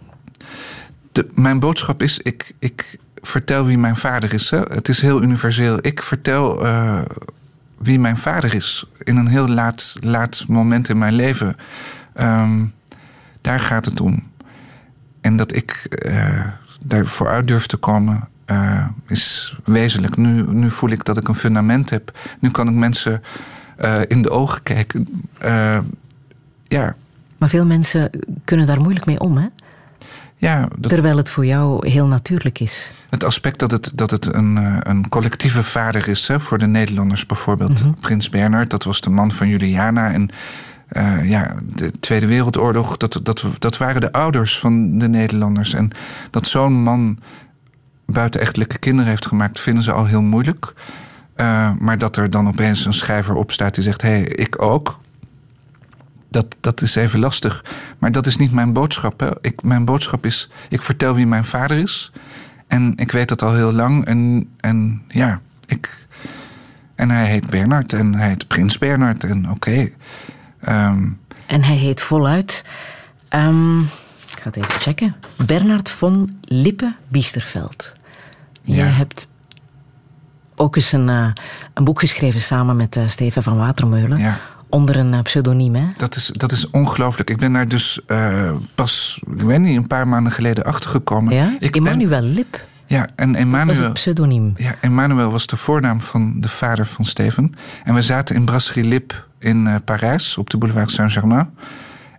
B: de, mijn boodschap is, ik, ik vertel wie mijn vader is. Hè. Het is heel universeel. Ik vertel uh, wie mijn vader is. In een heel laat, laat moment in mijn leven. Um, daar gaat het om. En dat ik uh, daarvoor uit durf te komen, uh, is wezenlijk. Nu, nu voel ik dat ik een fundament heb. Nu kan ik mensen uh, in de ogen kijken. Uh, ja.
C: Maar veel mensen kunnen daar moeilijk mee om, hè?
B: Ja, dat,
C: terwijl het voor jou heel natuurlijk is.
B: Het aspect dat het, dat het een, een collectieve vader is, hè, voor de Nederlanders bijvoorbeeld. Mm-hmm. Prins Bernhard, dat was de man van Juliana. En uh, ja, de Tweede Wereldoorlog, dat, dat, dat waren de ouders van de Nederlanders. En dat zo'n man buitenechtelijke kinderen heeft gemaakt, vinden ze al heel moeilijk. Uh, maar dat er dan opeens een schrijver opstaat die zegt, hé, hey, ik ook. Dat, dat is even lastig. Maar dat is niet mijn boodschap. Hè. Ik, mijn boodschap is, ik vertel wie mijn vader is. En ik weet dat al heel lang. En, en ja, ik... En hij heet Bernhard. En hij heet Prins Bernhard. En oké. Okay. Um,
C: en hij heet voluit... Um, ik ga het even checken. Bernhard von Lippe-Biesterfeld. Ja. Jij hebt ook eens een, uh, een boek geschreven samen met uh, Steven van Watermeulen.
B: Ja.
C: Onder een pseudoniem, hè?
B: Dat is, dat is ongelooflijk. Ik ben daar dus uh, pas, ik weet niet, een paar maanden geleden achtergekomen.
C: Ja?
B: Ik
C: Emmanuel
B: ben,
C: Lip.
B: Ja, en Emmanuel...
C: Dat was het pseudoniem.
B: Ja, Emmanuel was de voornaam van de vader van Steven. En we zaten in Brasserie Lip in uh, Parijs, op de boulevard Saint-Germain.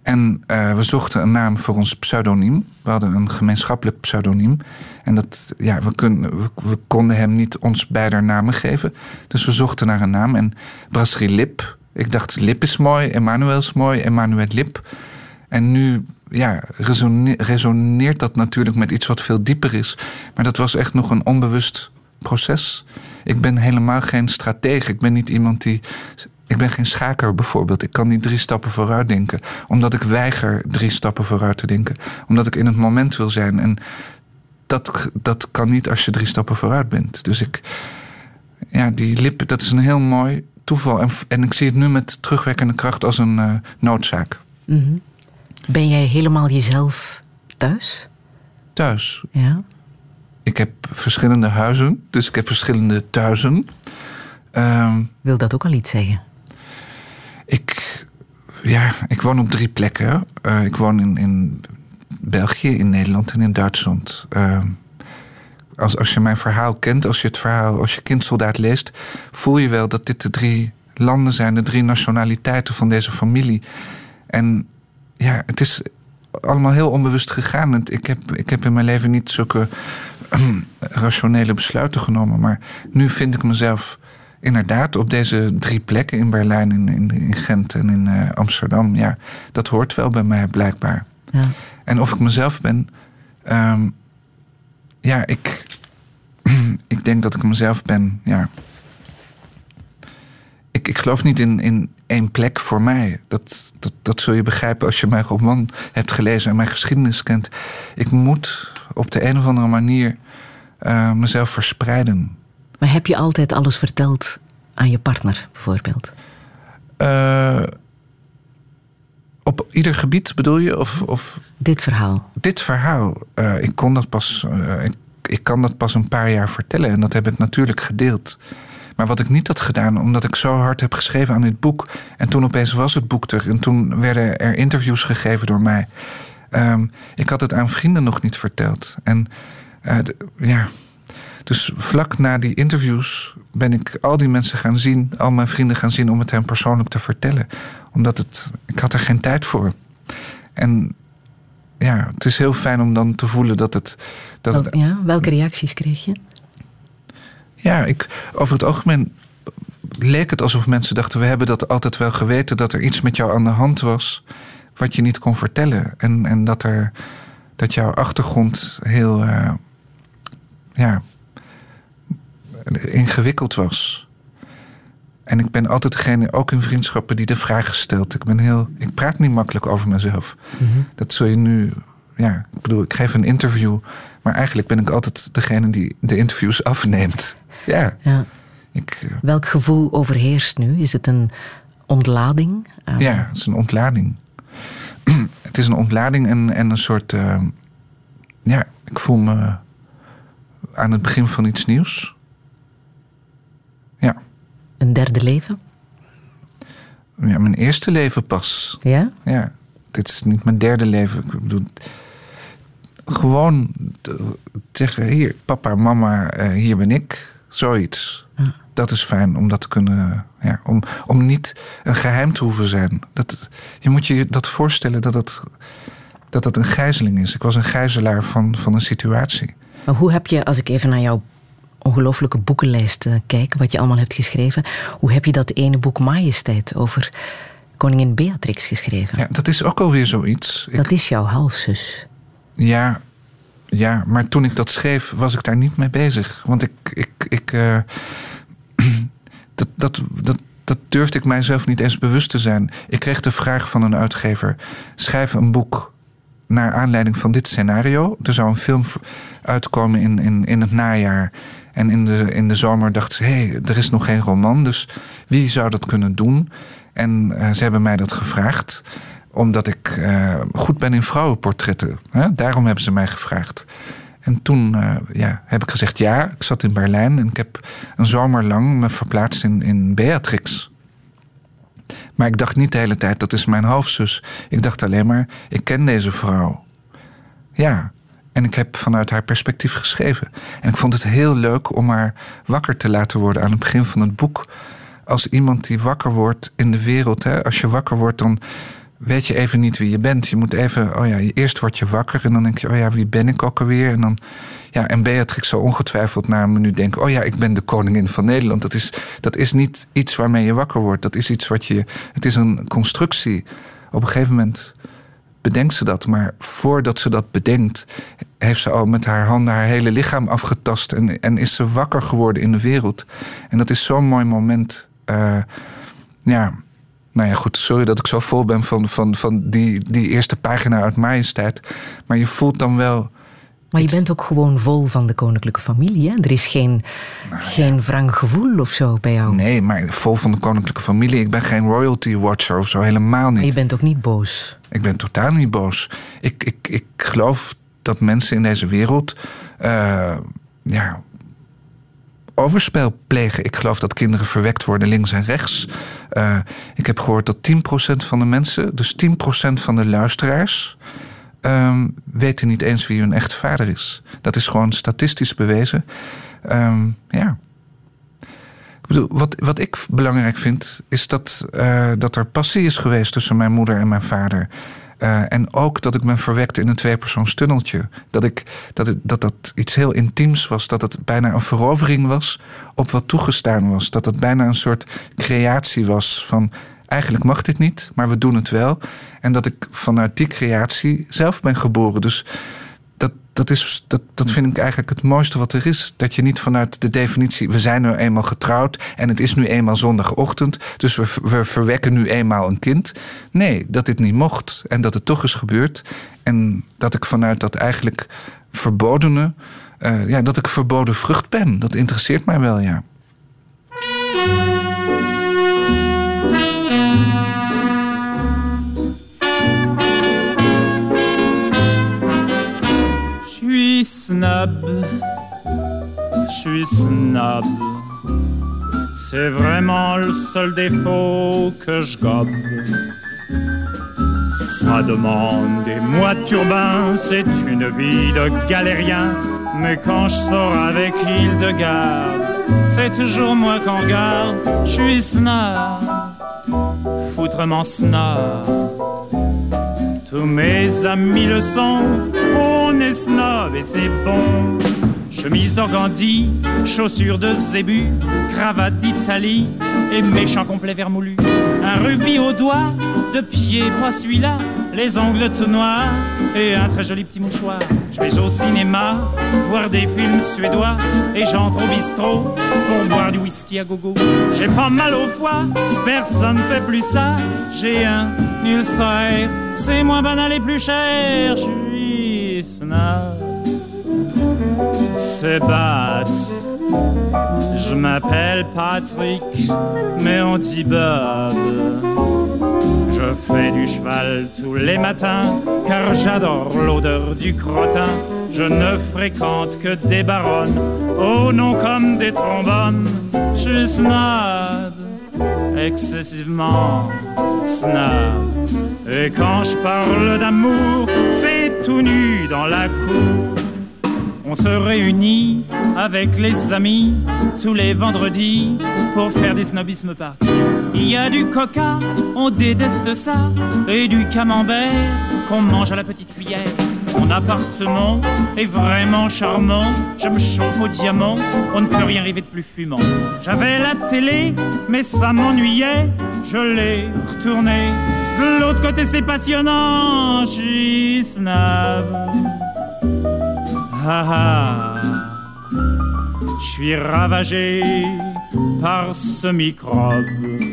B: En uh, we zochten een naam voor ons pseudoniem. We hadden een gemeenschappelijk pseudoniem. En dat, ja, we, kun, we, we konden hem niet ons beider namen geven. Dus we zochten naar een naam. En Brasserie Lip. Ik dacht, Lip is mooi, Emmanuel is mooi, Emmanuel Lip. En nu ja, resone- resoneert dat natuurlijk met iets wat veel dieper is. Maar dat was echt nog een onbewust proces. Ik ben helemaal geen stratege. Ik ben niet iemand die... Ik ben geen schaker bijvoorbeeld. Ik kan niet drie stappen vooruit denken. Omdat ik weiger drie stappen vooruit te denken. Omdat ik in het moment wil zijn. En dat, dat kan niet als je drie stappen vooruit bent. Dus ik... Ja, die Lip, dat is een heel mooi toeval. En, en ik zie het nu met terugwerkende kracht als een uh, noodzaak.
C: Mm-hmm. Ben jij helemaal jezelf thuis?
B: Thuis?
C: Ja.
B: Ik heb verschillende huizen. Dus ik heb verschillende thuizen. Uh,
C: Wil dat ook al iets zeggen?
B: Ik, ja, ik woon op drie plekken. Uh, ik woon in, in België, in Nederland en in Duitsland. Uh, als, als je mijn verhaal kent, als je het verhaal, als je Kindsoldaat leest, voel je wel dat dit de drie landen zijn, de drie nationaliteiten van deze familie. En ja, het is allemaal heel onbewust gegaan. Ik heb, ik heb in mijn leven niet zulke uh, rationele besluiten genomen. Maar nu vind ik mezelf inderdaad op deze drie plekken, in Berlijn, in, in, in Gent en in uh, Amsterdam. Ja, dat hoort wel bij mij blijkbaar.
C: Ja.
B: En of ik mezelf ben, um, ja, ik, ik denk dat ik mezelf ben, ja. Ik, ik geloof niet in, in één plek voor mij. Dat, dat, dat zul je begrijpen als je mijn roman hebt gelezen en mijn geschiedenis kent. Ik moet op de een of andere manier uh, mezelf verspreiden.
C: Maar heb je altijd alles verteld aan je partner, bijvoorbeeld?
B: Uh, op ieder gebied bedoel je? Of, of...
C: Dit verhaal.
B: Dit verhaal. Uh, ik, kon dat pas, uh, ik, ik kan dat pas een paar jaar vertellen. En dat heb ik natuurlijk gedeeld. Maar wat ik niet had gedaan, omdat ik zo hard heb geschreven aan dit boek. En toen opeens was het boek er. En toen werden er interviews gegeven door mij. Um, ik had het aan vrienden nog niet verteld. En uh, d- ja... Dus vlak na die interviews ben ik al die mensen gaan zien, al mijn vrienden gaan zien om het hen persoonlijk te vertellen. Omdat het, ik had er geen tijd voor. En ja, het is heel fijn om dan te voelen dat het... Dat
C: Wel,
B: het
C: ja, welke reacties kreeg je?
B: Ja, ik, over het algemeen leek het alsof mensen dachten, we hebben dat altijd wel geweten, dat er iets met jou aan de hand was wat je niet kon vertellen. En, en dat, er, dat jouw achtergrond heel... Uh, ja... ingewikkeld was. En ik ben altijd degene, ook in vriendschappen, die de vraag stelt. Ik ben heel, ik praat niet makkelijk over mezelf. Mm-hmm. Dat zul je nu, ja, ik bedoel, ik geef een interview, maar eigenlijk ben ik altijd degene die de interviews afneemt. Ja.
C: ja.
B: Ik, uh,
C: Welk gevoel overheerst nu? Is het een ontlading? Uh,
B: ja, het is een ontlading. Het is een ontlading en, en een soort, uh, ja, ik voel me aan het begin van iets nieuws. Ja.
C: Een derde leven?
B: Ja, mijn eerste leven pas.
C: Ja?
B: Ja. Dit is niet mijn derde leven. Ik bedoel, gewoon zeggen, hier, papa, mama, uh, hier ben ik. Zoiets. Ja. Dat is fijn om dat te kunnen... Ja, om, om niet een geheim te hoeven zijn. Dat, je moet je dat voorstellen dat het, dat het een gijzeling is. Ik was een gijzelaar van, van een situatie.
C: Maar hoe heb je, als ik even naar jouw ongelooflijke boekenlijst uh, kijk, wat je allemaal hebt geschreven, hoe heb je dat ene boek Majesteit over koningin Beatrix geschreven?
B: Ja, dat is ook alweer zoiets.
C: Dat
B: ik,
C: is jouw halfzus.
B: Ja, ja, maar toen ik dat schreef, was ik daar niet mee bezig. Want ik... ik, ik uh, dat, dat, dat, dat durfde ik mijzelf niet eens bewust te zijn. Ik kreeg de vraag van een uitgever, schrijf een boek naar aanleiding van dit scenario. Er zou een film uitkomen in, in, in het najaar. En in de, in de zomer dachten ze, hé, hey, er is nog geen roman, dus wie zou dat kunnen doen? En uh, ze hebben mij dat gevraagd, omdat ik uh, goed ben in vrouwenportretten. Hè? Daarom hebben ze mij gevraagd. En toen uh, ja, heb ik gezegd ja. Ik zat in Berlijn en ik heb een zomer lang me verplaatst in, in Beatrix. Maar ik dacht niet de hele tijd, dat is mijn halfzus. Ik dacht alleen maar, ik ken deze vrouw. Ja, en ik heb vanuit haar perspectief geschreven. En ik vond het heel leuk om haar wakker te laten worden aan het begin van het boek. Als iemand die wakker wordt in de wereld. Hè? Als je wakker wordt, dan weet je even niet wie je bent. Je moet even, oh ja, eerst word je wakker en dan denk je, oh ja, wie ben ik ook alweer? En dan, ja, en Beatrix zal ongetwijfeld na een minuut denken, oh ja, ik ben de koningin van Nederland. Dat is, dat is niet iets waarmee je wakker wordt. Dat is iets wat je, het is een constructie. Op een gegeven moment bedenkt ze dat. Maar voordat ze dat bedenkt, heeft ze al met haar handen haar hele lichaam afgetast. En, en is ze wakker geworden in de wereld. En dat is zo'n mooi moment. Uh, ja, nou ja, goed, sorry dat ik zo vol ben van, van, van die, die eerste pagina uit Majesteit. Maar je voelt dan wel...
C: Maar je bent ook gewoon vol van de koninklijke familie, hè? Er is geen, nou ja. geen wrang gevoel of zo bij jou.
B: Nee, maar vol van de koninklijke familie. Ik ben geen royalty watcher of zo, helemaal niet.
C: Maar je bent ook niet boos?
B: Ik ben totaal niet boos. Ik, ik, ik geloof dat mensen in deze wereld... Uh, ja, overspel plegen. Ik geloof dat kinderen verwekt worden links en rechts. Uh, ik heb gehoord dat tien procent van de mensen... dus tien procent van de luisteraars... Um, weten niet eens wie hun echte vader is. Dat is gewoon statistisch bewezen. Um, ja. Ik bedoel, wat, wat ik belangrijk vind... is dat, uh, dat er passie is geweest tussen mijn moeder en mijn vader. Uh, en ook dat ik ben verwekt in een tweepersoonstunneltje. Dat, ik, dat, het, dat dat iets heel intiems was. Dat het bijna een verovering was op wat toegestaan was. Dat het bijna een soort creatie was van... eigenlijk mag dit niet, maar we doen het wel. En dat ik vanuit die creatie zelf ben geboren. Dus dat, dat, is, dat, dat vind ik eigenlijk het mooiste wat er is. Dat je niet vanuit de definitie... we zijn nu eenmaal getrouwd en het is nu eenmaal zondagochtend... dus we, we verwekken nu eenmaal een kind. Nee, dat dit niet mocht en dat het toch is gebeurd. En dat ik vanuit dat eigenlijk verbodene... Uh, ja, dat ik verboden vrucht ben. Dat interesseert mij wel, ja.
H: Je suis snob, je suis snob. C'est vraiment le seul défaut que je gobe. Ça demande des mois de turbin, c'est une vie de galérien. Mais quand je sors avec Hildegarde, c'est toujours moi qu'on regarde. Je suis snob, foutrement snob. Tous mes amis le sont, on est snob et c'est bon. Chemise d'organdi, chaussures de zébu, cravate d'Italie et méchant complet vermoulu. Un rubis au doigt, de pied, pas celui-là, les ongles tout noirs et un très joli petit mouchoir. Je vais au cinéma, voir des films suédois et j'entre au bistrot pour boire du whisky à gogo. J'ai pas mal au foie, personne fait plus ça. J'ai un ulcère, c'est moins banal et plus cher. Je suis snob. C'est bête. Je m'appelle Patrick, mais on dit Bob. Je fais du cheval tous les matins, car j'adore l'odeur du crottin. Je ne fréquente que des baronnes, au nom comme des trombones. Je suis snob, excessivement snob. Et quand je parle d'amour, c'est tout nu dans la cour. On se réunit avec les amis tous les vendredis pour faire des snobismes parties. Il y a du coca, on déteste ça, et du camembert qu'on mange à la petite cuillère. Mon appartement est vraiment charmant, je me chauffe au diamant, on ne peut rien rêver de plus fumant. J'avais la télé, mais ça m'ennuyait, je l'ai retournée. De l'autre côté c'est passionnant, je suis snob. Ah ah, je suis ravagé par ce microbe.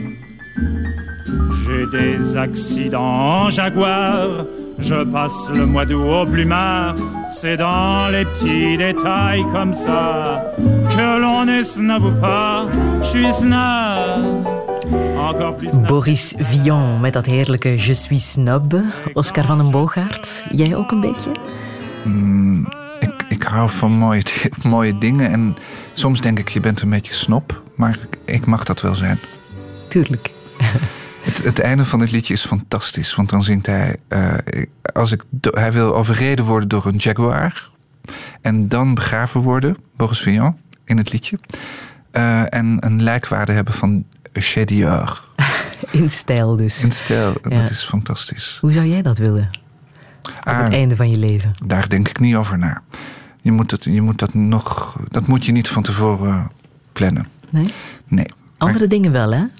H: J'ai des accidents en Jaguar, je passe le mois d'août au plumard. C'est dans les petits détails comme ça que l'on est snob ou pas. Je suis snob.
C: Boris Vian met dat heerlijke Je suis snob. Oscar van den Boogaard, jij ook een beetje?
B: Mm, ik, ik hou van mooie, mooie dingen en soms denk ik je bent een beetje snop, maar ik, ik mag dat wel zijn.
C: Tuurlijk.
B: Het, het einde van het liedje is fantastisch, want dan zingt hij... Uh, als ik do, hij wil overreden worden door een Jaguar en dan begraven worden, Boris Vian, in het liedje. Uh, en een lijkwade hebben van Chez Dior.
C: In stijl dus.
B: In stijl,
C: Ja.
B: dat is fantastisch.
C: Hoe zou jij dat willen? Op
B: Ah,
C: het einde van je leven.
B: Daar denk ik niet over na. Je moet, het, je moet dat nog... Dat moet je niet van tevoren plannen.
C: Nee?
B: Nee.
C: Andere dingen wel, hè?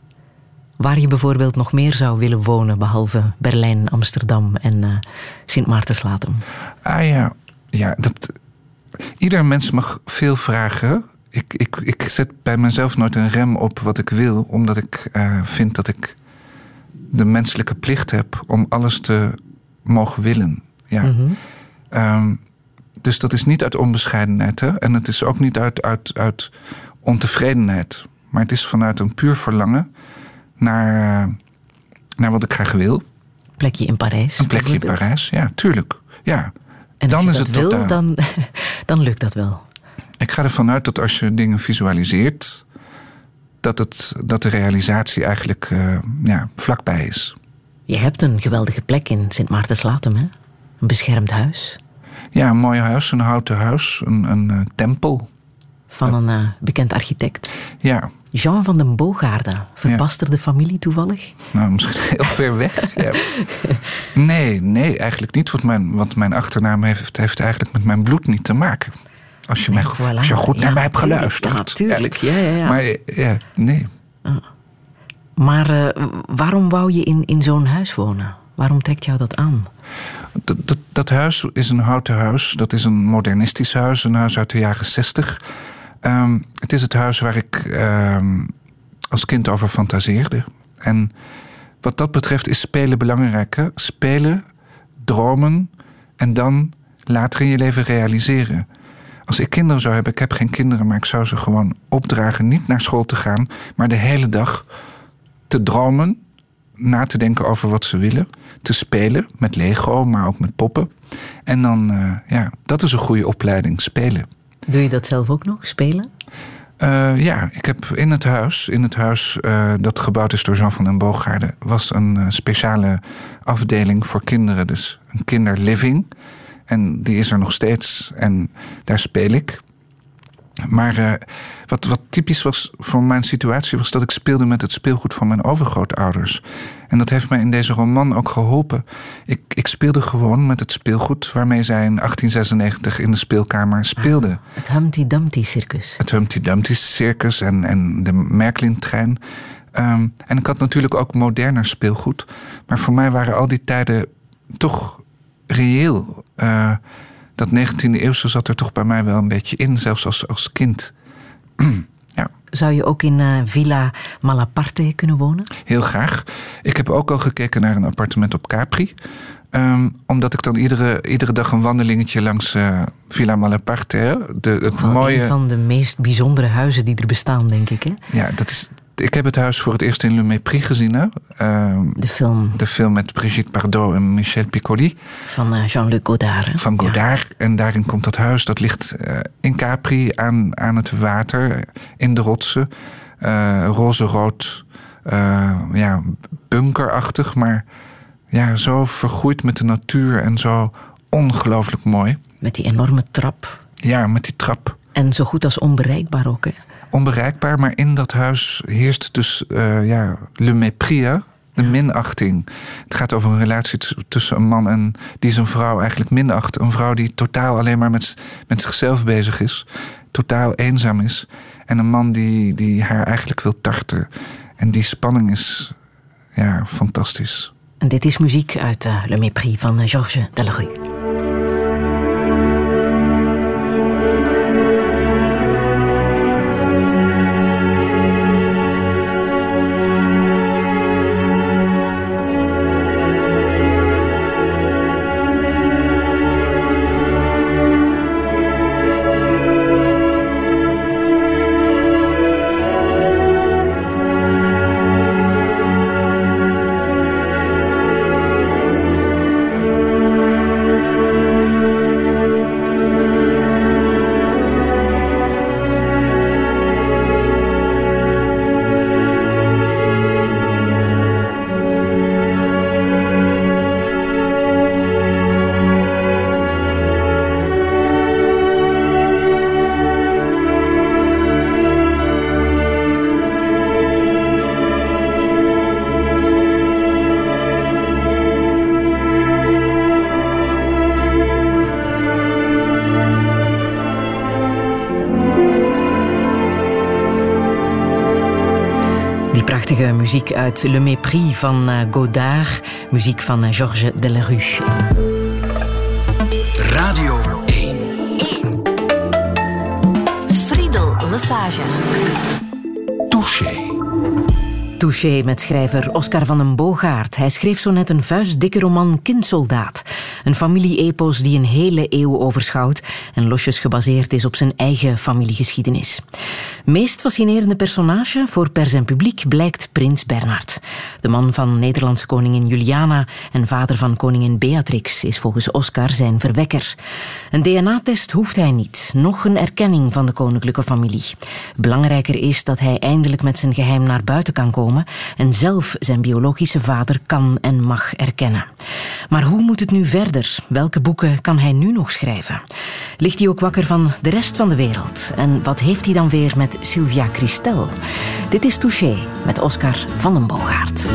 C: Waar je bijvoorbeeld nog meer zou willen wonen, behalve Berlijn, Amsterdam en uh, Sint Maartenslatem.
B: Ah ja, ja dat, ieder mens mag veel vragen. Ik, ik, ik zet bij mezelf nooit een rem op wat ik wil, omdat ik uh, vind dat ik de menselijke plicht heb om alles te mogen willen. Ja.
C: Mm-hmm.
B: Um, dus dat is niet uit onbescheidenheid, hè? En het is ook niet uit, uit, uit ontevredenheid. Maar het is vanuit een puur verlangen naar, uh, naar wat ik graag wil.
C: Een plekje in Parijs.
B: Een plekje in Parijs, ja, tuurlijk. Ja.
C: En
B: dan
C: als je
B: is
C: dat
B: het
C: wil, dan, dan lukt dat wel.
B: Ik ga ervan uit dat als je dingen visualiseert, dat, het, dat de realisatie eigenlijk uh, ja, vlakbij is.
C: Je hebt een geweldige plek in Sint Maartenslatem, hè? Een beschermd huis.
B: Ja, een mooi huis, een houten huis, een, een uh, tempel.
C: Van een uh, bekend architect.
B: Ja.
C: Jean van den Boogaarden. Verbasterde ja. familie toevallig?
B: Nou, misschien heel ver weg. Ja. Nee, nee, eigenlijk niet. Want mijn, want mijn achternaam heeft, heeft eigenlijk met mijn bloed niet te maken. Als je,
C: nee,
B: mij,
C: voilà.
B: als je goed
C: ja,
B: naar mij hebt geluisterd.
C: Ja, natuurlijk. Ja, ja, ja.
B: Maar ja, nee.
C: Ah. Maar uh, waarom wou je in, in zo'n huis wonen? Waarom trekt jou dat aan?
B: Dat, dat, dat huis is een houten huis. Dat is een modernistisch huis. Een huis uit de jaren zestig. Um, het is het huis waar ik um, als kind over fantaseerde. En wat dat betreft is spelen belangrijk. Hè? Spelen, dromen en dan later in je leven realiseren. Als ik kinderen zou hebben, ik heb geen kinderen, maar ik zou ze gewoon opdragen niet naar school te gaan, maar de hele dag te dromen, na te denken over wat ze willen, te spelen met Lego, maar ook met poppen. En dan, uh, ja, dat is een goede opleiding, spelen.
C: Doe je dat zelf ook nog, spelen?
B: Uh, ja, ik heb in het huis, in het huis uh, dat gebouwd is door Jean van den Boogaarden, was een uh, speciale afdeling voor kinderen, dus een kinderliving. En die is er nog steeds en daar speel ik. Maar uh, wat, wat typisch was voor mijn situatie was dat ik speelde met het speelgoed van mijn overgrootouders. En dat heeft mij in deze roman ook geholpen. Ik, ik speelde gewoon met het speelgoed waarmee zij in achttien zesennegentig in de speelkamer speelden.
C: Ah, het Humpty Dumpty circus.
B: Het Humpty Dumpty circus en, en de Märklin-trein. Um, en ik had natuurlijk ook moderner speelgoed. Maar voor mij waren al die tijden toch reëel. Uh, dat negentiende eeuwse zat er toch bij mij wel een beetje in, zelfs als, als kind. Ja.
C: Zou je ook in uh, Villa Malaparte kunnen wonen?
B: Heel graag. Ik heb ook al gekeken naar een appartement op Capri. Um, omdat ik dan iedere, iedere dag een wandelingetje langs uh, Villa Malaparte. De, het mooie...
C: Een van de meest bijzondere huizen die er bestaan, denk ik. Hè?
B: Ja, dat is... Ik heb het huis voor het eerst in Le Mépris gezien. Hè? Uh,
C: de film.
B: De film met Brigitte Bardot en Michel Piccoli.
C: Van uh, Jean-Luc Godard. Hè?
B: Van Godard. Ja. En daarin komt dat huis. Dat ligt uh, in Capri aan, aan het water. In de rotsen. Uh, roze-rood. Uh, ja, bunkerachtig. Maar ja, zo vergroeid met de natuur. En zo ongelooflijk mooi.
C: Met die enorme trap.
B: Ja, met die trap.
C: En zo goed als onbereikbaar ook, hè?
B: Onbereikbaar, maar in dat huis heerst dus uh, ja, le mépris, hè? De ja. minachting. Het gaat over een relatie t- tussen een man en die zijn vrouw eigenlijk minacht. Een vrouw die totaal alleen maar met, met zichzelf bezig is. Totaal eenzaam is. En een man die, die haar eigenlijk wil tarten. En die spanning is ja, fantastisch.
C: En dit is muziek uit uh, Le Mépris van uh, Georges Delerue. Prachtige muziek uit Le Mépris van Godard. Muziek van Georges Delerue.
A: Radio één. Friedel Lesage.
B: Touché.
C: Touché met schrijver Oscar van den Boogaard. Hij schreef zo net een vuistdikke roman Kindsoldaat. Een familie-epos die een hele eeuw overschouwt en losjes gebaseerd is op zijn eigen familiegeschiedenis. Meest fascinerende personage voor pers en publiek blijkt prins Bernhard. De man van Nederlandse koningin Juliana en vader van koningin Beatrix is volgens Oscar zijn verwekker. Een D N A-test hoeft hij niet, nog een erkenning van de koninklijke familie. Belangrijker is dat hij eindelijk met zijn geheim naar buiten kan komen en zelf zijn biologische vader kan en mag erkennen. Maar hoe moet het nu verder? Welke boeken kan hij nu nog schrijven? Ligt hij ook wakker van de rest van de wereld? En wat heeft hij dan weer met Sylvia Christel? Dit is Touché met Oscar van den Boogaard.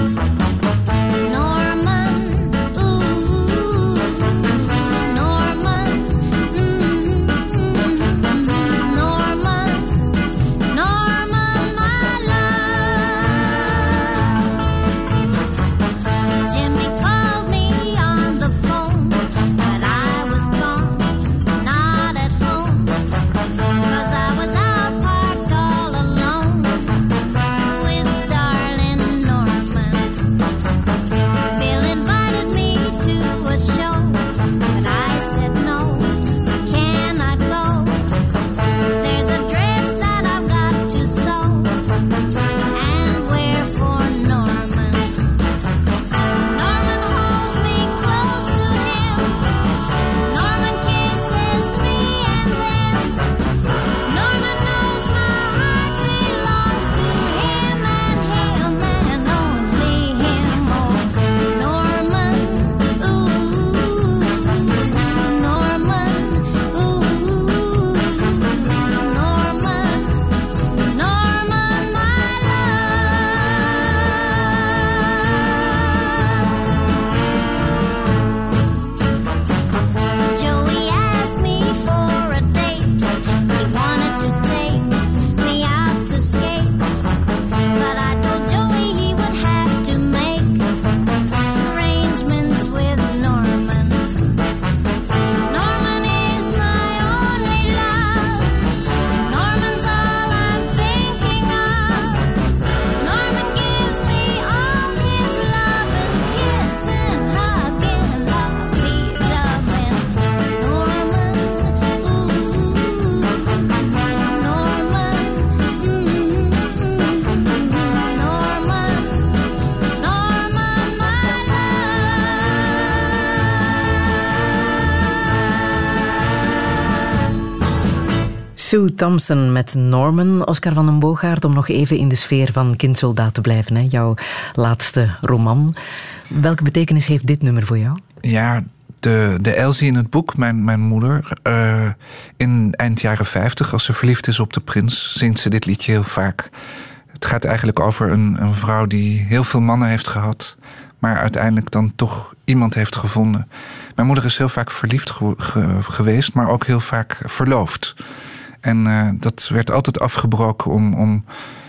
C: Sue Thompson met Norman, Oscar van den Boogaard, om nog even in de sfeer van Kindsoldaat te blijven. Hè? Jouw laatste roman. Welke betekenis heeft dit nummer voor jou?
B: Ja, de, de Elsie in het boek, mijn, mijn moeder, uh, in eind jaren vijftig, als ze verliefd is op de prins, zingt ze dit liedje heel vaak. Het gaat eigenlijk over een, een vrouw die heel veel mannen heeft gehad, maar uiteindelijk dan toch iemand heeft gevonden. Mijn moeder is heel vaak verliefd ge- ge- geweest, maar ook heel vaak verloofd. En uh, dat werd altijd afgebroken om, om,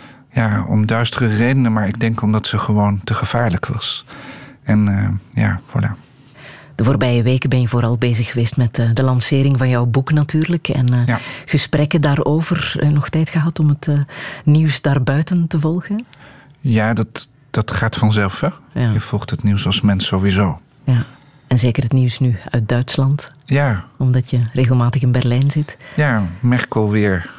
B: ja, om duistere redenen, maar ik denk omdat ze gewoon te gevaarlijk was. En uh, ja, voilà.
C: De voorbije weken ben je vooral bezig geweest met uh, de lancering van jouw boek natuurlijk. En uh, ja. gesprekken daarover. Uh, nog tijd gehad om het uh, nieuws daarbuiten te volgen?
B: Ja, dat, dat gaat vanzelf, hè? Ja. Je volgt het nieuws als mens sowieso.
C: Ja. En zeker het nieuws nu uit Duitsland.
B: Ja.
C: Omdat je regelmatig in Berlijn zit.
B: Ja, Merkel weer.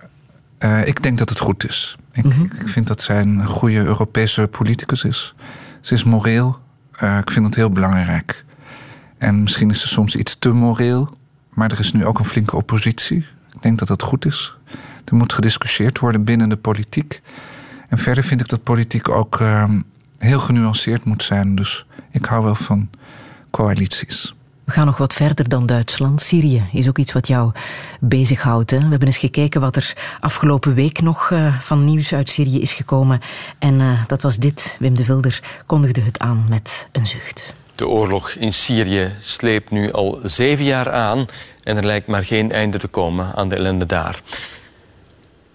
B: Uh, ik denk dat het goed is. Ik, mm-hmm. ik vind dat zij een goede Europese politicus is. Ze is moreel. Uh, ik vind dat heel belangrijk. En misschien is ze soms iets te moreel. Maar er is nu ook een flinke oppositie. Ik denk dat dat goed is. Er moet gediscussieerd worden binnen de politiek. En verder vind ik dat politiek ook uh, heel genuanceerd moet zijn. Dus ik hou wel van coalities.
C: We gaan nog wat verder dan Duitsland. Syrië is ook iets wat jou bezighoudt. Hè? We hebben eens gekeken wat er afgelopen week nog uh, van nieuws uit Syrië is gekomen. En uh, dat was dit. Wim de Vilder kondigde het aan met een zucht.
I: De oorlog in Syrië sleept nu al zeven jaar aan en er lijkt maar geen einde te komen aan de ellende daar.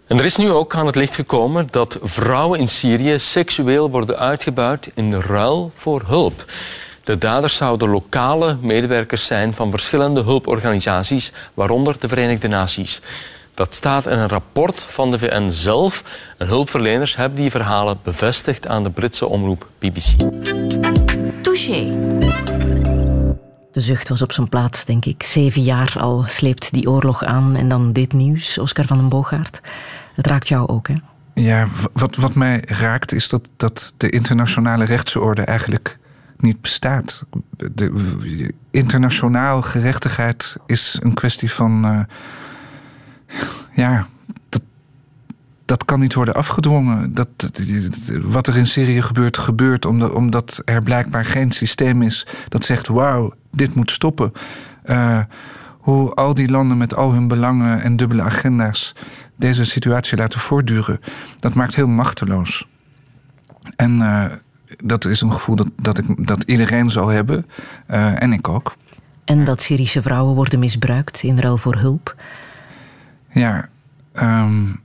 I: En er is nu ook aan het licht gekomen dat vrouwen in Syrië seksueel worden uitgebuit in ruil voor hulp. De daders zouden lokale medewerkers zijn van verschillende hulporganisaties, waaronder de Verenigde Naties. Dat staat in een rapport van de V N zelf. En hulpverleners hebben die verhalen bevestigd aan de Britse omroep B B C.
A: Touché.
C: De zucht was op zijn plaats, denk ik. Zeven jaar al sleept die oorlog aan en dan dit nieuws, Oscar van den Boogaard. Het raakt jou ook, hè?
B: Ja, wat, wat mij raakt is dat, dat de internationale rechtsorde eigenlijk niet bestaat. De, internationaal gerechtigheid is een kwestie van... Uh, ja, dat, dat kan niet worden afgedwongen. Dat, wat er in Syrië gebeurt, gebeurt omdat, omdat er blijkbaar geen systeem is dat zegt, wauw, dit moet stoppen. Uh, hoe al die landen met al hun belangen en dubbele agenda's deze situatie laten voortduren, dat maakt heel machteloos. En uh, dat is een gevoel dat, dat, ik, dat iedereen zal hebben. Uh, en ik ook.
C: En dat Syrische vrouwen worden misbruikt in ruil voor hulp?
B: Ja, um,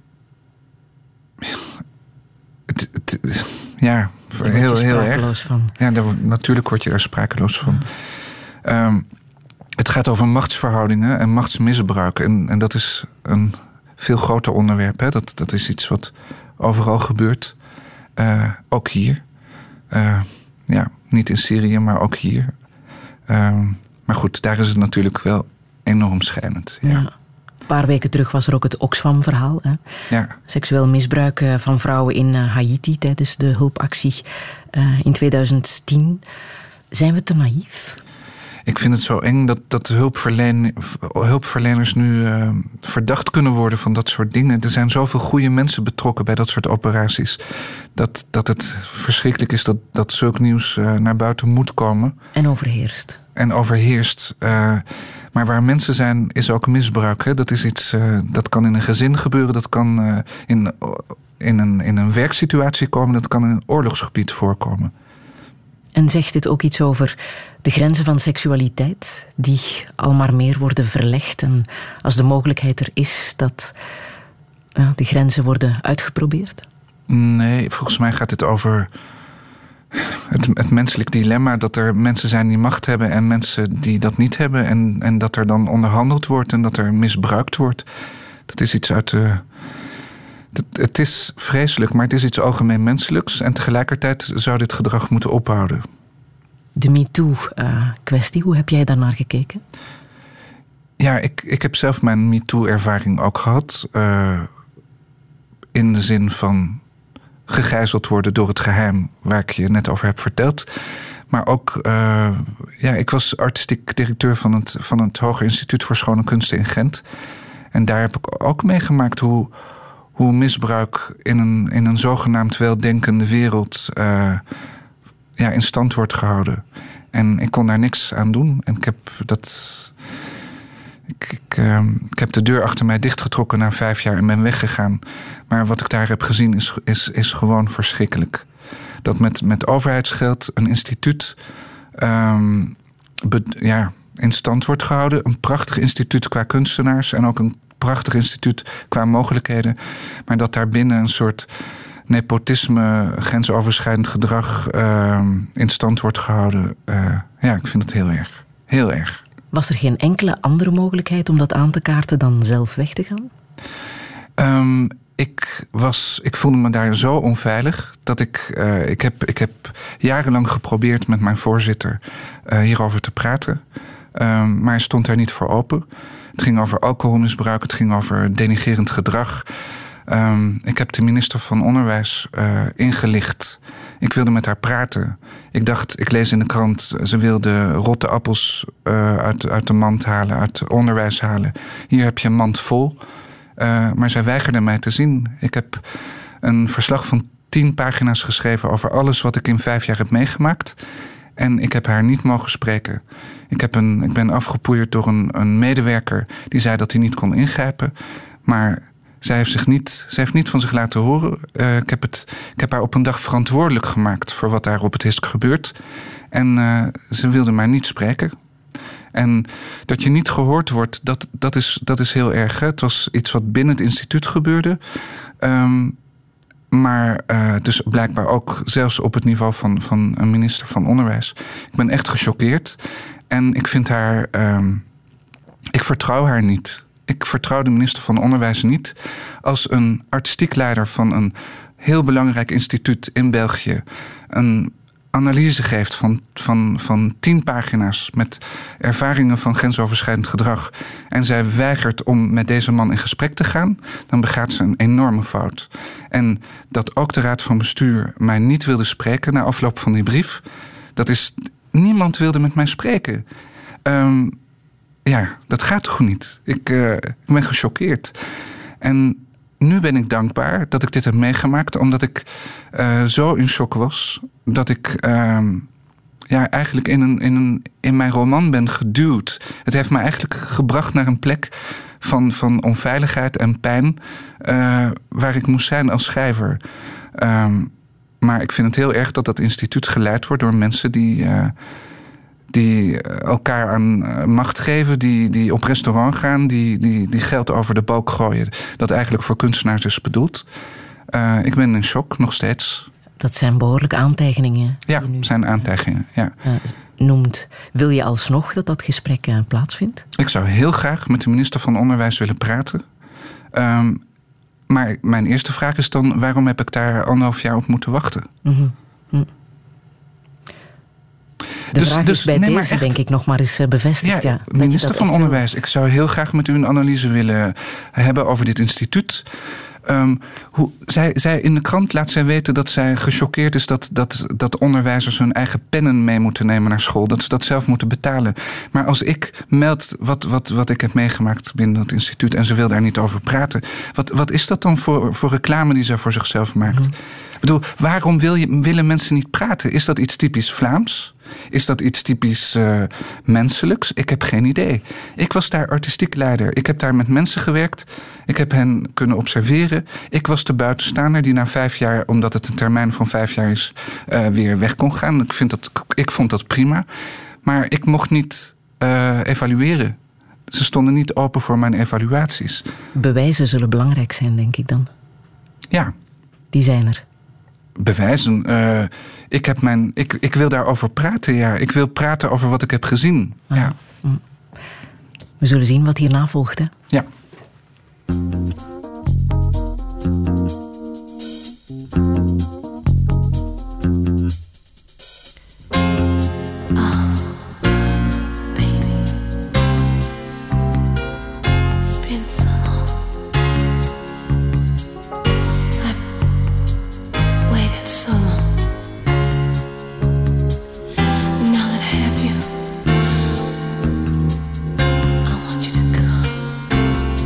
B: het, het, ja,
C: heel, heel, heel erg. Van.
B: Ja, daar, natuurlijk word je daar sprakeloos van. Ja. Um, het gaat over machtsverhoudingen en machtsmisbruik. En, en dat is een veel groter onderwerp. Hè? Dat, dat is iets wat overal gebeurt. Uh, ook hier. Uh, ja, niet in Syrië, maar ook hier. Uh, maar goed, daar is het natuurlijk wel enorm schijnend. Ja. Ja.
C: Een paar weken terug was er ook het Oxfam-verhaal. Hè?
B: Ja.
C: Seksueel misbruik van vrouwen in Haiti tijdens de hulpactie uh, in tweeduizend tien. Zijn we te naïef?
B: Ik vind het zo eng dat, dat hulpverlen, hulpverleners nu uh, verdacht kunnen worden van dat soort dingen. Er zijn zoveel goede mensen betrokken bij dat soort operaties. Dat, dat het verschrikkelijk is dat, dat zulk nieuws uh, naar buiten moet komen.
C: En overheerst.
B: En overheerst. Uh, maar waar mensen zijn, is ook misbruik. Hè? Dat is iets, uh, dat kan in een gezin gebeuren. Dat kan uh, in, in, een, in een werksituatie komen. Dat kan in een oorlogsgebied voorkomen.
C: En zegt dit ook iets over de grenzen van seksualiteit, die al maar meer worden verlegd? En als de mogelijkheid er is dat ja, de grenzen worden uitgeprobeerd?
B: Nee, volgens mij gaat het over het, het menselijk dilemma. Dat er mensen zijn die macht hebben en mensen die dat niet hebben. En, en dat er dan onderhandeld wordt en dat er misbruikt wordt. Dat is iets uit de... Het is vreselijk, maar het is iets algemeen menselijks. En tegelijkertijd zou dit gedrag moeten ophouden.
C: De MeToo-kwestie, hoe heb jij daarnaar gekeken?
B: Ja, ik, ik heb zelf mijn MeToo-ervaring ook gehad. Uh, in de zin van gegijzeld worden door het geheim waar ik je net over heb verteld. Maar ook, uh, ja, ik was artistiek directeur van het, van het Hoger Instituut voor Schone Kunsten in Gent. En daar heb ik ook meegemaakt hoe... hoe misbruik in een, in een zogenaamd weldenkende wereld uh, ja, in stand wordt gehouden. En ik kon daar niks aan doen. En ik heb dat. Ik, ik, uh, ik heb de deur achter mij dichtgetrokken na vijf jaar en ben weggegaan. Maar wat ik daar heb gezien is, is, is gewoon verschrikkelijk. Dat met, met overheidsgeld een instituut um, be, ja, in stand wordt gehouden. Een prachtig instituut qua kunstenaars en ook een prachtig instituut qua mogelijkheden. Maar dat daarbinnen een soort nepotisme, grensoverschrijdend gedrag uh, in stand wordt gehouden. Uh, ja, ik vind het heel erg. Heel erg.
C: Was er geen enkele andere mogelijkheid om dat aan te kaarten dan zelf weg te gaan?
B: Um, ik, was, ik voelde me daar zo onveilig dat ik... Uh, ik, heb, ik heb jarenlang geprobeerd met mijn voorzitter uh, hierover te praten. Um, maar hij stond daar niet voor open. Het ging over alcoholmisbruik, het ging over denigrerend gedrag. Um, ik heb de minister van Onderwijs uh, ingelicht. Ik wilde met haar praten. Ik dacht, ik lees in de krant, ze wilde rotte appels uh, uit, uit de mand halen, uit het onderwijs halen. Hier heb je een mand vol. Uh, maar zij weigerde mij te zien. Ik heb een verslag van tien pagina's geschreven over alles wat ik in vijf jaar heb meegemaakt. En ik heb haar niet mogen spreken. Ik, heb een, ik ben afgepoeierd door een, een medewerker die zei dat hij niet kon ingrijpen. Maar zij heeft, zich niet, zij heeft niet van zich laten horen. Uh, ik, heb het, ik heb haar op een dag verantwoordelijk gemaakt voor wat daar op het H I S K gebeurt. En uh, ze wilde mij niet spreken. En dat je niet gehoord wordt, dat, dat, is, dat is heel erg. Hè? Het was iets wat binnen het instituut gebeurde. Um, maar uh, dus blijkbaar ook zelfs op het niveau van, van een minister van Onderwijs. Ik ben echt gechoqueerd. En ik vind haar... Um, ik vertrouw haar niet. Ik vertrouw de minister van Onderwijs niet als een artistiek leider van een heel belangrijk instituut in België een analyse geeft van, van, van tien pagina's met ervaringen van grensoverschrijdend gedrag en zij weigert om met deze man in gesprek te gaan, dan begaat ze een enorme fout. En dat ook de Raad van Bestuur mij niet wilde spreken na afloop van die brief, dat is... Niemand wilde met mij spreken. Um, ja, dat gaat toch niet? Ik, uh, ik ben gechoqueerd. En nu ben ik dankbaar dat ik dit heb meegemaakt, omdat ik uh, zo in shock was dat ik uh, ja, eigenlijk in, een, in, een, in mijn roman ben geduwd. Het heeft me eigenlijk gebracht naar een plek van, van onveiligheid en pijn uh, waar ik moest zijn als schrijver. Um, maar ik vind het heel erg dat dat instituut geleid wordt door mensen die, uh, die elkaar aan macht geven, die, die op restaurant gaan, die, die, die geld over de balk gooien. Dat eigenlijk voor kunstenaars is bedoeld. Uh, ik ben in shock, nog steeds.
C: Dat zijn behoorlijke aantijgingen.
B: Ja, dat zijn aantijgingen, ja.
C: Uh, noemt. Wil je alsnog dat dat gesprek uh, plaatsvindt?
B: Ik zou heel graag met de minister van Onderwijs willen praten. Um, maar mijn eerste vraag is dan, waarom heb ik daar anderhalf jaar op moeten wachten?
C: Mm-hmm. Mm. De
B: dus,
C: vraag
B: dus,
C: is bij
B: nee,
C: deze,
B: echt,
C: denk ik, nog maar eens bevestigd.
B: Ja,
C: Ja,
B: minister van
C: echt
B: Onderwijs, wil... ik zou heel graag met u een analyse willen hebben over dit instituut. Um, hoe, zij, zij in de krant laat zij weten dat zij gechoqueerd is dat, dat, dat onderwijzers hun eigen pennen mee moeten nemen naar school. Dat ze dat zelf moeten betalen. Maar als ik meld wat, wat, wat ik heb meegemaakt binnen dat instituut en ze wil daar niet over praten. Wat, wat is dat dan voor, voor reclame die zij voor zichzelf maakt? Mm-hmm. Ik bedoel, waarom wil je, willen mensen niet praten? Is dat iets typisch Vlaams? Is dat iets typisch uh, menselijks? Ik heb geen idee. Ik was daar artistiek leider. Ik heb daar met mensen gewerkt. Ik heb hen kunnen observeren. Ik was de buitenstaander die na vijf jaar, omdat het een termijn van vijf jaar is, uh, weer weg kon gaan. Ik, vind dat, ik vond dat prima. Maar ik mocht niet uh, evalueren. Ze stonden niet open voor mijn evaluaties.
C: Bewijzen zullen belangrijk zijn, denk ik dan.
B: Ja.
C: Die zijn er.
B: Bewijzen. Uh, ik, heb mijn, ik, ik wil daarover praten, ja. Ik wil praten over wat ik heb gezien. Ah, ja.
C: We zullen zien wat hierna volgt, hè?
B: Ja.
J: I want you to come.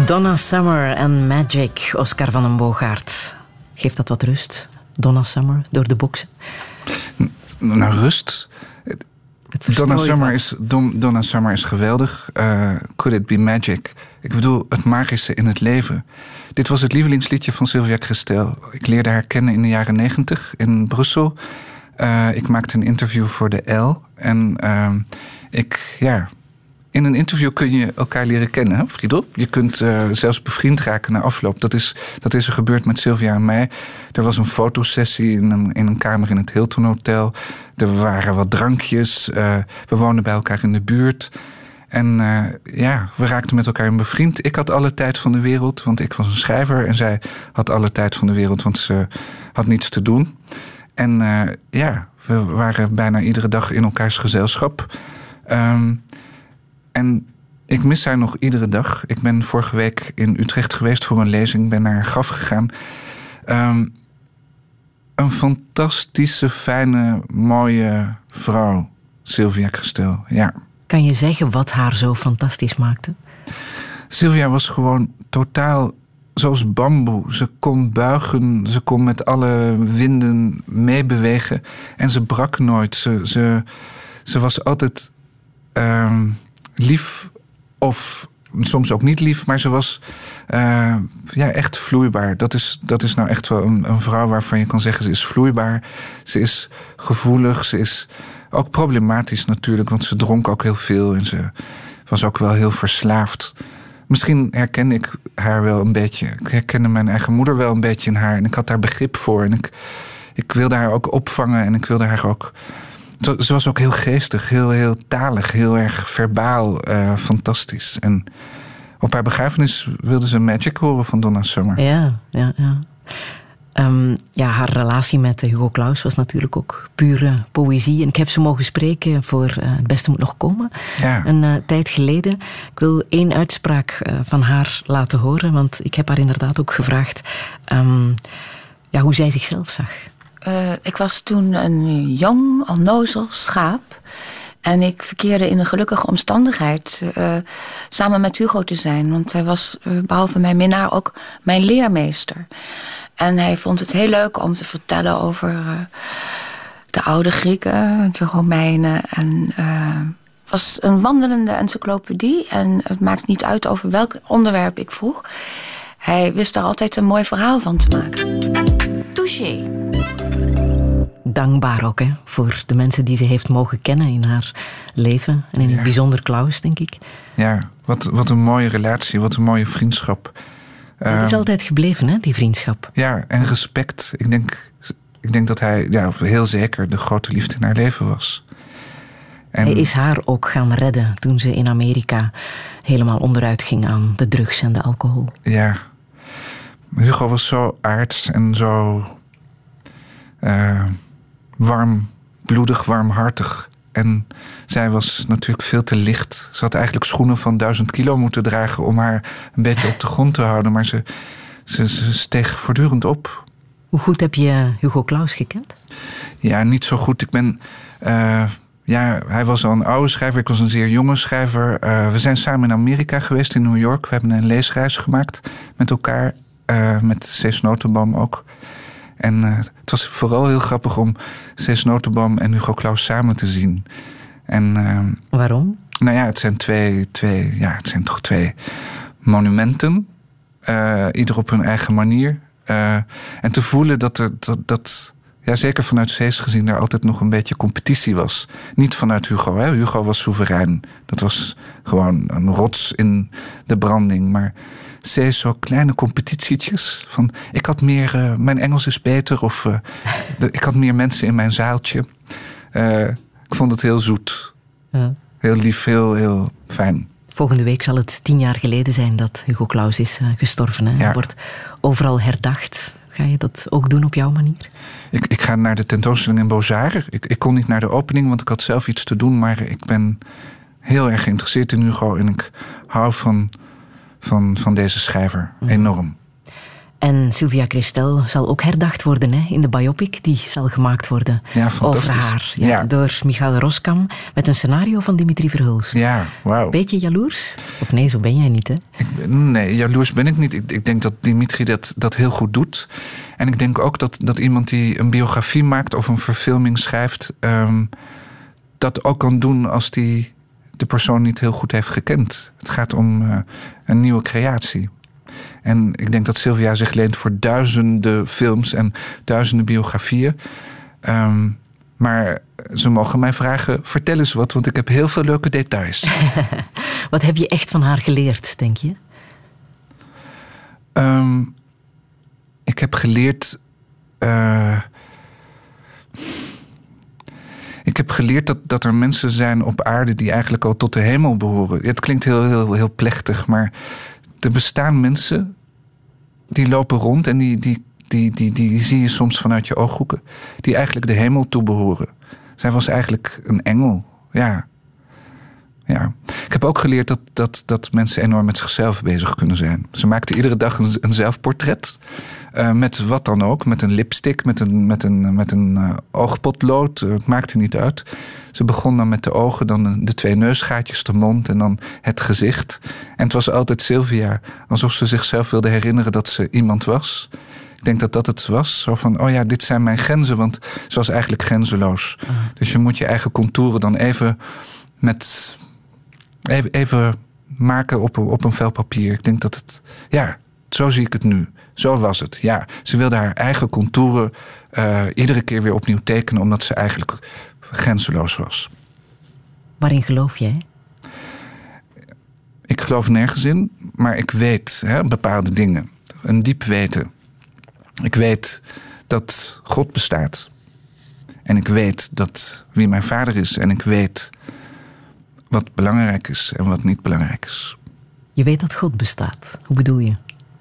C: Donna Summer en Magic, Oscar van den Boogaard. Geeft dat wat rust, Donna Summer, door de boksen?
B: Nou, rust. Donna Summer, is, Don, Donna Summer is geweldig. Uh, Could It Be Magic? Ik bedoel, het magische in het leven. Dit was het lievelingsliedje van Sylvia Kristel. Ik leerde haar kennen in de jaren negentig in Brussel. Uh, ik maakte een interview voor de L. En uh, ik, ja... In een interview kun je elkaar leren kennen, hè, Friedel? Je kunt uh, zelfs bevriend raken na afloop. Dat is, dat is er gebeurd met Sylvia en mij. Er was een fotosessie in een, in een kamer in het Hilton Hotel. Er waren wat drankjes. Uh, we woonden bij elkaar in de buurt. En uh, ja, we raakten met elkaar bevriend. Ik had alle tijd van de wereld, want ik was een schrijver. En zij had alle tijd van de wereld, want ze had niets te doen. En uh, ja, we waren bijna iedere dag in elkaars gezelschap. Um, En ik mis haar nog iedere dag. Ik ben vorige week in Utrecht geweest voor een lezing. Ben naar haar graf gegaan. Um, een fantastische, fijne, mooie vrouw. Sylvia Kristel, ja.
C: Kan je zeggen wat haar zo fantastisch maakte?
B: Sylvia was gewoon totaal zoals bamboe. Ze kon buigen, ze kon met alle winden meebewegen. En ze brak nooit. Ze, ze, ze was altijd... Um, lief of soms ook niet lief, maar ze was uh, ja, echt vloeibaar. Dat is, dat is nou echt wel een, een vrouw waarvan je kan zeggen... ze is vloeibaar, ze is gevoelig, ze is ook problematisch natuurlijk... want ze dronk ook heel veel en ze was ook wel heel verslaafd. Misschien herken ik haar wel een beetje. Ik herkende mijn eigen moeder wel een beetje in haar... en ik had daar begrip voor en ik, ik wilde haar ook opvangen... en ik wilde haar ook... Ze was ook heel geestig, heel, heel talig, heel erg verbaal, uh, fantastisch. En op haar begrafenis wilde ze Magic horen van Donna Summer.
C: Ja, ja, ja. Um, ja, haar relatie met Hugo Claus was natuurlijk ook pure poëzie. En ik heb ze mogen spreken voor uh, Het Beste Moet Nog Komen.
B: Ja.
C: Een uh, tijd geleden. Ik wil één uitspraak uh, van haar laten horen. Want ik heb haar inderdaad ook gevraagd um, ja, hoe zij zichzelf zag.
J: Uh, ik was toen een jong, onnozel schaap. En ik verkeerde in een gelukkige omstandigheid uh, samen met Hugo te zijn. Want hij was, uh, behalve mijn minnaar, ook mijn leermeester. En hij vond het heel leuk om te vertellen over uh, de oude Grieken, de Romeinen. En uh, het was een wandelende encyclopedie. En het maakt niet uit over welk onderwerp ik vroeg. Hij wist daar altijd een mooi verhaal van te maken.
A: Touché.
C: Dankbaar ook, hè, voor de mensen die ze heeft mogen kennen in haar leven. En in het
B: ja.
C: bijzonder Claus, denk ik.
B: Ja, wat, wat een mooie relatie, wat een mooie vriendschap.
C: Het is um, altijd gebleven, hè, die vriendschap.
B: Ja, en respect. Ik denk, ik denk dat hij ja, heel zeker de grote liefde in haar leven was.
C: En hij is haar ook gaan redden toen ze in Amerika helemaal onderuit ging aan de drugs en de alcohol.
B: Ja. Hugo was zo aards en zo uh, warm, bloedig, warmhartig. En zij was natuurlijk veel te licht. Ze had eigenlijk schoenen van duizend kilo moeten dragen om haar een beetje op de grond te houden. Maar ze, ze, ze steeg voortdurend op.
C: Hoe goed heb je Hugo Claus gekend?
B: Ja, niet zo goed. Ik ben... Uh, ja, hij was al een oude schrijver. Ik was een zeer jonge schrijver. Uh, we zijn samen in Amerika geweest, in New York. We hebben een leesreis gemaakt met elkaar. Uh, met Cees Notenboom ook. En uh, het was vooral heel grappig om Cees Notenboom en Hugo Claus samen te zien. En, uh,
C: waarom?
B: Nou ja, het zijn twee, twee, ja, het zijn toch twee monumenten. Uh, ieder op hun eigen manier. Uh, en te voelen dat er dat, dat ja, zeker vanuit Cees gezien er altijd nog een beetje competitie was. Niet vanuit Hugo. Hè? Hugo was soeverein. Dat was gewoon een rots in de branding. Maar Cees zo kleine competitietjes. Van ik had meer, uh, mijn Engels is beter. Of uh, de, ik had meer mensen in mijn zaaltje. Uh, ik vond het heel zoet. Ja. Heel lief, heel, heel fijn.
C: Volgende week zal het tien jaar geleden zijn dat Hugo Claus is uh, gestorven. Hè? Ja. Hij wordt overal herdacht. Ga je dat ook doen op jouw manier?
B: Ik, ik ga naar de tentoonstelling in Beaux-Arts. Ik, ik kon niet naar de opening, want ik had zelf iets te doen. Maar ik ben heel erg geïnteresseerd in Hugo. En ik hou van, van, van deze schrijver. Mm. Enorm.
C: En Sylvia Christel zal ook herdacht worden hè, in de biopic die zal gemaakt worden
B: ja,
C: over haar. Ja, ja. Door Michael Roskam met een scenario van Dimitri Verhulst.
B: Ja, wauw.
C: Beetje jaloers? Of nee, zo ben jij niet, hè?
B: Ik, nee, jaloers ben ik niet. Ik, ik denk dat Dimitri dat, dat heel goed doet. En ik denk ook dat, dat iemand die een biografie maakt of een verfilming schrijft, Um, dat ook kan doen als die de persoon niet heel goed heeft gekend. Het gaat om uh, een nieuwe creatie. En ik denk dat Sylvia zich leent voor duizenden films en duizenden biografieën. Um, maar ze mogen mij vragen, vertel eens wat, want ik heb heel veel leuke details.
C: Wat heb je echt van haar geleerd, denk je?
B: Um, ik heb geleerd Uh, Ik heb geleerd dat, dat er mensen zijn op aarde die eigenlijk al tot de hemel behoren. Het klinkt heel, heel, heel plechtig, maar er bestaan mensen die lopen rond en die, die, die, die, die, die zie je soms vanuit je ooghoeken, die eigenlijk de hemel toebehoren. Zij was eigenlijk een engel, ja. Ja. Ik heb ook geleerd dat, dat, dat mensen enorm met zichzelf bezig kunnen zijn. Ze maakte iedere dag een, een zelfportret. Uh, met wat dan ook. Met een lipstick, met een, met een, met een uh, oogpotlood. Uh, het maakte niet uit. Ze begon dan met de ogen, dan de, de twee neusgaatjes, de mond en dan het gezicht. En het was altijd Sylvia. Alsof ze zichzelf wilde herinneren dat ze iemand was. Ik denk dat dat het was. Zo van, oh ja, dit zijn mijn grenzen. Want ze was eigenlijk grenzeloos. Uh. Dus je moet je eigen contouren dan even met Even, even maken op, op een vel papier. Ik denk dat het, ja, zo zie ik het nu. Zo was het, ja. Ze wilde haar eigen contouren uh, iedere keer weer opnieuw tekenen, omdat ze eigenlijk grenzeloos was.
C: Waarin geloof jij?
B: Ik geloof nergens in, maar ik weet hè, bepaalde dingen. Een diep weten. Ik weet dat God bestaat. En ik weet dat wie mijn vader is. En ik weet wat belangrijk is en wat niet belangrijk is.
C: Je weet dat God bestaat. Hoe bedoel je?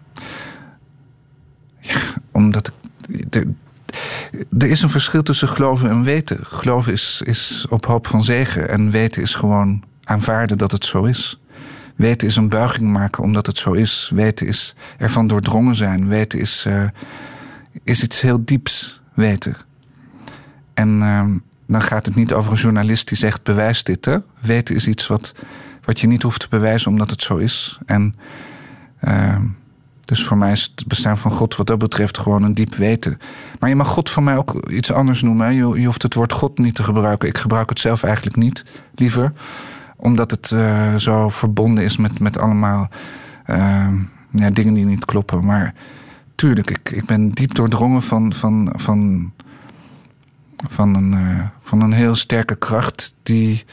B: Ja, omdat ik, er, er is een verschil tussen geloven en weten. Geloven is, is op hoop van zegen. En weten is gewoon aanvaarden dat het zo is. Weten is een buiging maken omdat het zo is. Weten is ervan doordrongen zijn. Weten is, uh, is iets heel dieps weten. En Uh, dan gaat het niet over een journalist die zegt, bewijs dit. Hè? Weten is iets wat, wat je niet hoeft te bewijzen omdat het zo is. En uh, dus voor mij is het bestaan van God wat dat betreft gewoon een diep weten. Maar je mag God van mij ook iets anders noemen. Hè? Je, je hoeft het woord God niet te gebruiken. Ik gebruik het zelf eigenlijk niet, liever. Omdat het uh, zo verbonden is met, met allemaal uh, ja, dingen die niet kloppen. Maar tuurlijk, ik, ik ben diep doordrongen van van, van Van een, uh, van een heel sterke kracht die,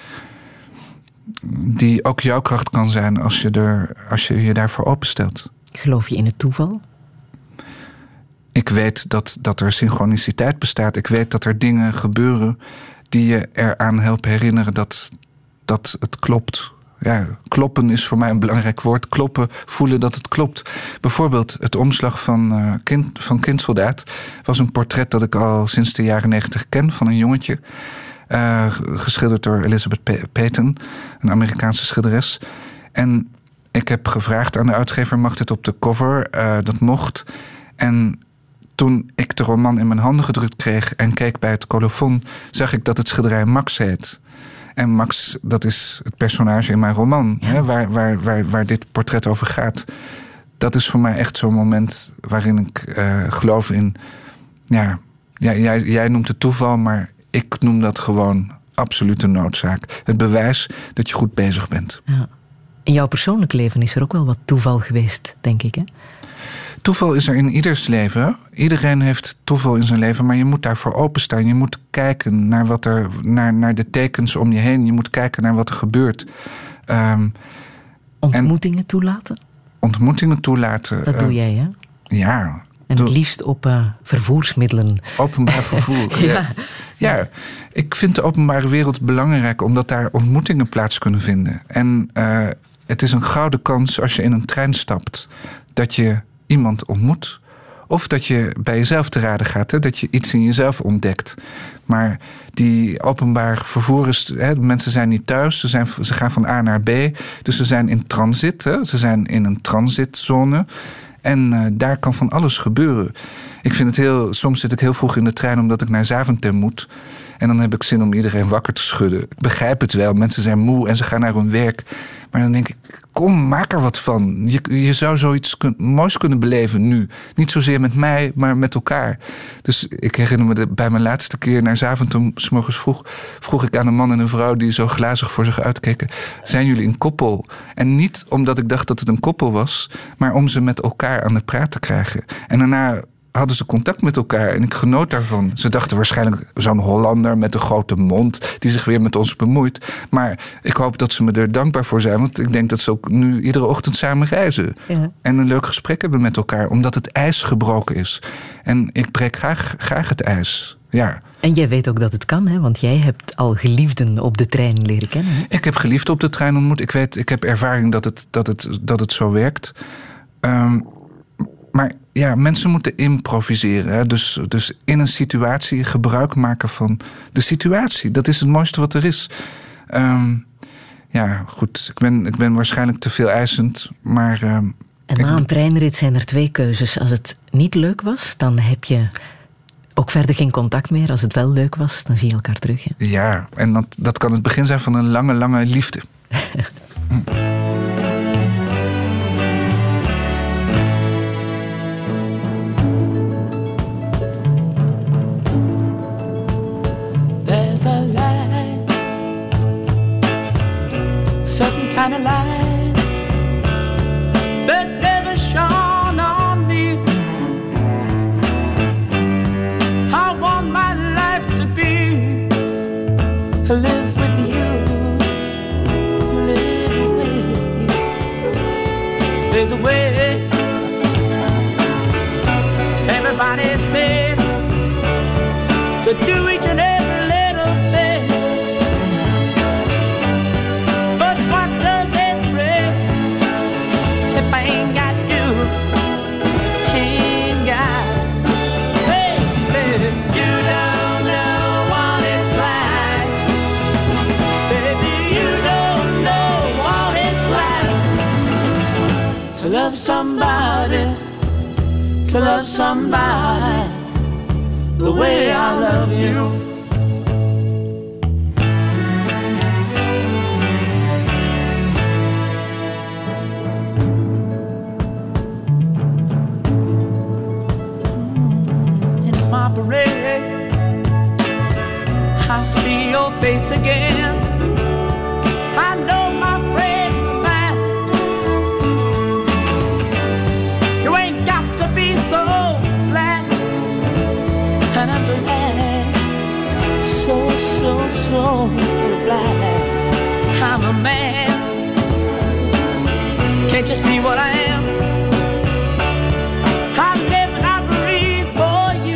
B: die ook jouw kracht kan zijn als je, er, als je je daarvoor openstelt.
C: Geloof je in het toeval?
B: Ik weet dat, dat er synchroniciteit bestaat. Ik weet dat er dingen gebeuren die je eraan helpen herinneren dat, dat het klopt. Ja, kloppen is voor mij een belangrijk woord. Kloppen, voelen dat het klopt. Bijvoorbeeld het omslag van, uh, kind, van Kindsoldaat was een portret dat ik al sinds de jaren negentig ken van een jongetje. Uh, geschilderd door Elizabeth Peyton, een Amerikaanse schilderes. En ik heb gevraagd aan de uitgever, mag dit op de cover? Uh, dat mocht. En toen ik de roman in mijn handen gedrukt kreeg en keek bij het colofon, zag ik dat het schilderij Max heet. En Max, dat is het personage in mijn roman, ja. hè, waar, waar, waar, waar dit portret over gaat. Dat is voor mij echt zo'n moment waarin ik uh, geloof in, ja, ja jij, jij noemt het toeval, maar ik noem dat gewoon absolute noodzaak. Het bewijs dat je goed bezig bent.
C: Ja. In jouw persoonlijk leven is er ook wel wat toeval geweest, denk ik, hè?
B: Toeval is er in ieders leven. Iedereen heeft toeval in zijn leven, maar je moet daarvoor openstaan. Je moet kijken naar, wat er, naar, naar de tekens om je heen. Je moet kijken naar wat er gebeurt. Um,
C: ontmoetingen en, toelaten?
B: Ontmoetingen toelaten.
C: Dat uh, doe jij, hè?
B: Ja.
C: En het liefst op uh, vervoersmiddelen.
B: Openbaar vervoer, ja. ja. Ja, ik vind de openbare wereld belangrijk, omdat daar ontmoetingen plaats kunnen vinden. En uh, het is een gouden kans als je in een trein stapt, dat je iemand ontmoet. Of dat je bij jezelf te raden gaat, hè, dat je iets in jezelf ontdekt. Maar die openbaar vervoer is, hè, mensen zijn niet thuis, ze, zijn, ze gaan van A naar B. Dus ze zijn in transit, hè, ze zijn in een transitzone. En uh, daar kan van alles gebeuren. Ik vind het heel... Soms zit ik heel vroeg in de trein omdat ik naar Zaventem moet. En dan heb ik zin om iedereen wakker te schudden. Ik begrijp het wel. Mensen zijn moe en ze gaan naar hun werk. Maar dan denk ik, kom, maak er wat van. Je, je zou zoiets kun, moois kunnen beleven nu. Niet zozeer met mij, maar met elkaar. Dus ik herinner me de, bij mijn laatste keer naar Zaventem, 's morgens vroeg, vroeg ik aan een man en een vrouw die zo glazig voor zich uitkeken: zijn jullie een koppel? En niet omdat ik dacht dat het een koppel was, maar om ze met elkaar aan de praat te krijgen. En daarna hadden ze contact met elkaar en ik genoot daarvan. Ze dachten waarschijnlijk zo'n Hollander met een grote mond die zich weer met ons bemoeit. Maar ik hoop dat ze me er dankbaar voor zijn, want ik denk dat ze ook nu iedere ochtend samen reizen. Ja. En een leuk gesprek hebben met elkaar, omdat het ijs gebroken is. En ik breek graag, graag het ijs. Ja.
C: En jij weet ook dat het kan, hè? Want jij hebt al geliefden op de trein leren kennen. Hè?
B: Ik heb geliefden op de trein ontmoet. Ik weet, ik heb ervaring dat het, dat het, dat het zo werkt. Um, Maar ja, mensen moeten improviseren. Hè? Dus, dus in een situatie gebruik maken van de situatie. Dat is het mooiste wat er is. Um, ja, goed. Ik ben, ik ben waarschijnlijk te veel eisend. Maar, um,
C: en na een treinrit zijn er twee keuzes. Als het niet leuk was, dan heb je ook verder geen contact meer. Als het wel leuk was, dan zie je elkaar terug. Hè?
B: Ja, en dat, dat kan het begin zijn van een lange, lange liefde. hm.
K: Certain kind of light that never shone on me. I want my life to be live with you, live with you. There's a way. Everybody said to do each and every little thing. I ain't got you, ain't got, baby, you don't know what it's like. Baby, you don't know what it's like to love somebody, to love somebody the way I love you. I see your face again. I know my friend of mine. You ain't got to be so black, and I'm black, so, so, so black. I'm a man. Can't you see what I am? I live and I breathe for you.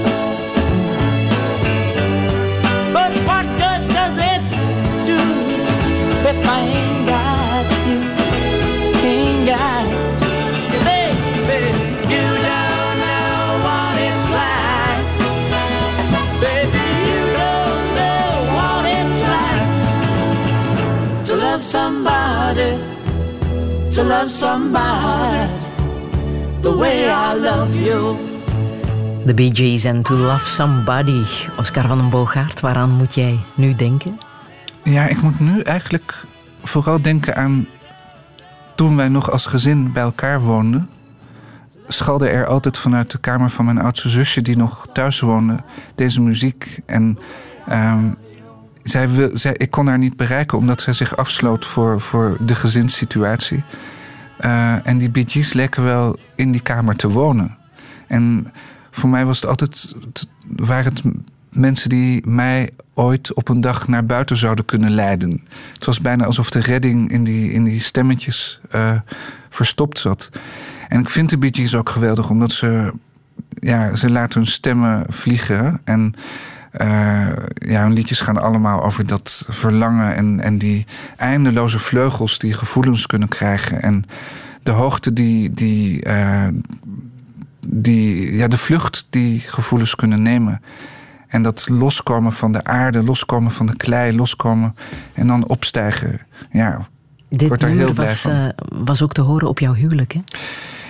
K: But what good does it do if I ain't got you? Ain't got you, baby. You don't know what it's like. Baby, you don't know what it's like to love somebody, to love somebody the way I love you.
C: The Bee Gees en To Love Somebody. Oscar van den Boogaard, waaraan moet jij nu denken?
B: Ja, ik moet nu eigenlijk vooral denken aan toen wij nog als gezin bij elkaar woonden. Schalde er altijd vanuit de kamer van mijn oudste zusje, die nog thuis woonde, deze muziek. En um, zij wil, zij, ik kon haar niet bereiken omdat zij zich afsloot voor, voor de gezinssituatie. Uh, en die Bee Gees leken wel in die kamer te wonen. En voor mij was het altijd, waren het mensen die mij ooit op een dag naar buiten zouden kunnen leiden. Het was bijna alsof de redding in die, in die stemmetjes uh, verstopt zat. En ik vind de Bee Gees ook geweldig, omdat ze, ja, ze laten hun stemmen vliegen. En uh, ja, hun liedjes gaan allemaal over dat verlangen en, en die eindeloze vleugels die gevoelens kunnen krijgen. En de hoogte die, die, uh, die ja, de vlucht die gevoelens kunnen nemen. En dat loskomen van de aarde, loskomen van de klei, loskomen en dan opstijgen. Ja,
C: dit
B: word daar heel
C: nummer
B: blij
C: was,
B: van.
C: Uh, was ook te horen op jouw huwelijk, hè?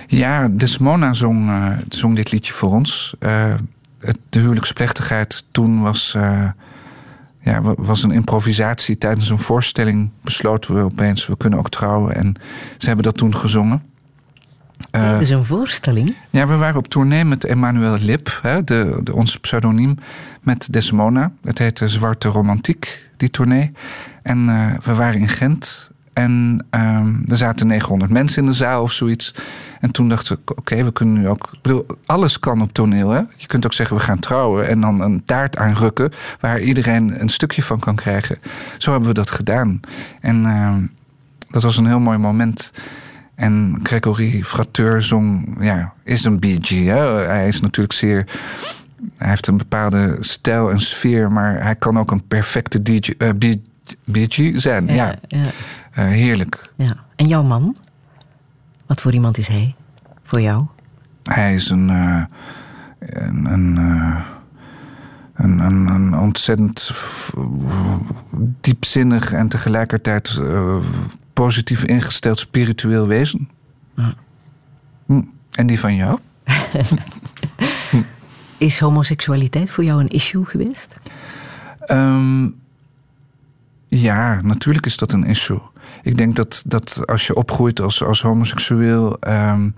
B: Ja, Desmona zong, uh, zong dit liedje voor ons. Uh, het, de huwelijksplechtigheid toen was, uh, ja, was een improvisatie. Tijdens een voorstelling besloten we opeens, we kunnen ook trouwen. En ze hebben dat toen gezongen.
C: Uh, Tijdens een voorstelling?
B: Ja, we waren op tournee met Emmanuel Lip, hè, de, de, ons pseudoniem, met Desmona. Het heette Zwarte Romantiek, die tournee. En uh, we waren in Gent. En um, er zaten negenhonderd mensen in de zaal of zoiets. En toen dachten we, oké, okay, we kunnen nu ook... Ik bedoel, alles kan op toneel, hè. Je kunt ook zeggen, we gaan trouwen en dan een taart aanrukken waar iedereen een stukje van kan krijgen. Zo hebben we dat gedaan. En uh, dat was een heel mooi moment. En Gregory Frateur zong, ja, is een Bee Gee, hè. Hij is natuurlijk zeer... Hij heeft een bepaalde stijl en sfeer, maar hij kan ook een perfecte D J, uh, Bee Gee zijn, ja. ja. ja. Uh, heerlijk.
C: Ja. En jouw man? Wat voor iemand is hij voor jou?
B: Hij is een, uh, een, een, uh, een, een, een ontzettend diepzinnig en tegelijkertijd uh, positief ingesteld spiritueel wezen. Ja. Hm. En die van jou?
C: Is homoseksualiteit voor jou een issue geweest?
B: Um, ja, natuurlijk is dat een issue. Ik denk dat, dat als je opgroeit als, als homoseksueel... Um,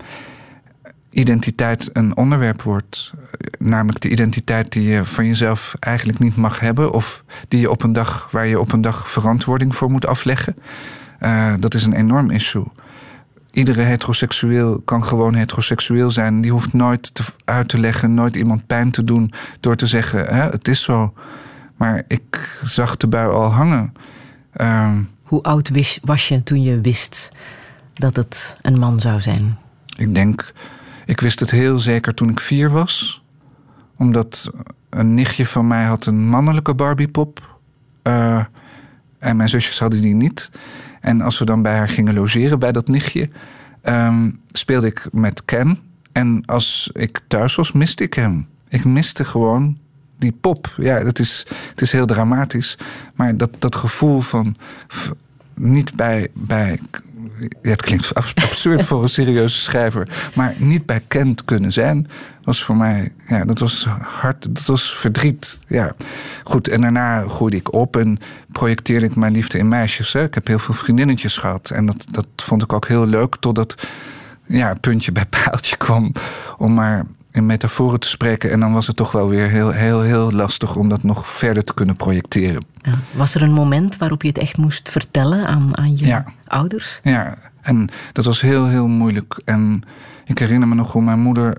B: identiteit een onderwerp wordt. Namelijk de identiteit die je van jezelf eigenlijk niet mag hebben... of die je op een dag, waar je op een dag verantwoording voor moet afleggen. Uh, dat is een enorm issue. Iedere heteroseksueel kan gewoon heteroseksueel zijn. Die hoeft nooit te, uit te leggen, nooit iemand pijn te doen... door te zeggen, hè, het is zo. Maar ik zag de bui al hangen. Uh,
C: Hoe oud was je toen je wist dat het een man zou zijn?
B: Ik denk... Ik wist het heel zeker toen ik vier was. Omdat een nichtje van mij had een mannelijke Barbiepop. Uh, en mijn zusjes hadden die niet. En als we dan bij haar gingen logeren, bij dat nichtje... Um, speelde ik met Ken. En als ik thuis was, miste ik hem. Ik miste gewoon die pop. Ja, het is, het is heel dramatisch. Maar dat, dat gevoel van... F, niet bij... bij Ja, het klinkt absurd voor een serieuze schrijver. Maar niet bij Kent kunnen zijn, was voor mij... Ja, dat was hard, dat was verdriet. Ja, goed, en daarna groeide ik op en projecteerde ik mijn liefde in meisjes. Hè. Ik heb heel veel vriendinnetjes gehad. En dat, dat vond ik ook heel leuk, totdat ja, puntje bij paaltje kwam... om maar in metaforen te spreken. En dan was het toch wel weer heel, heel, heel lastig... om dat nog verder te kunnen projecteren.
C: Ja. Was er een moment waarop je het echt moest vertellen aan, aan je ja. ouders?
B: Ja, en dat was heel, heel moeilijk. En ik herinner me nog hoe mijn moeder...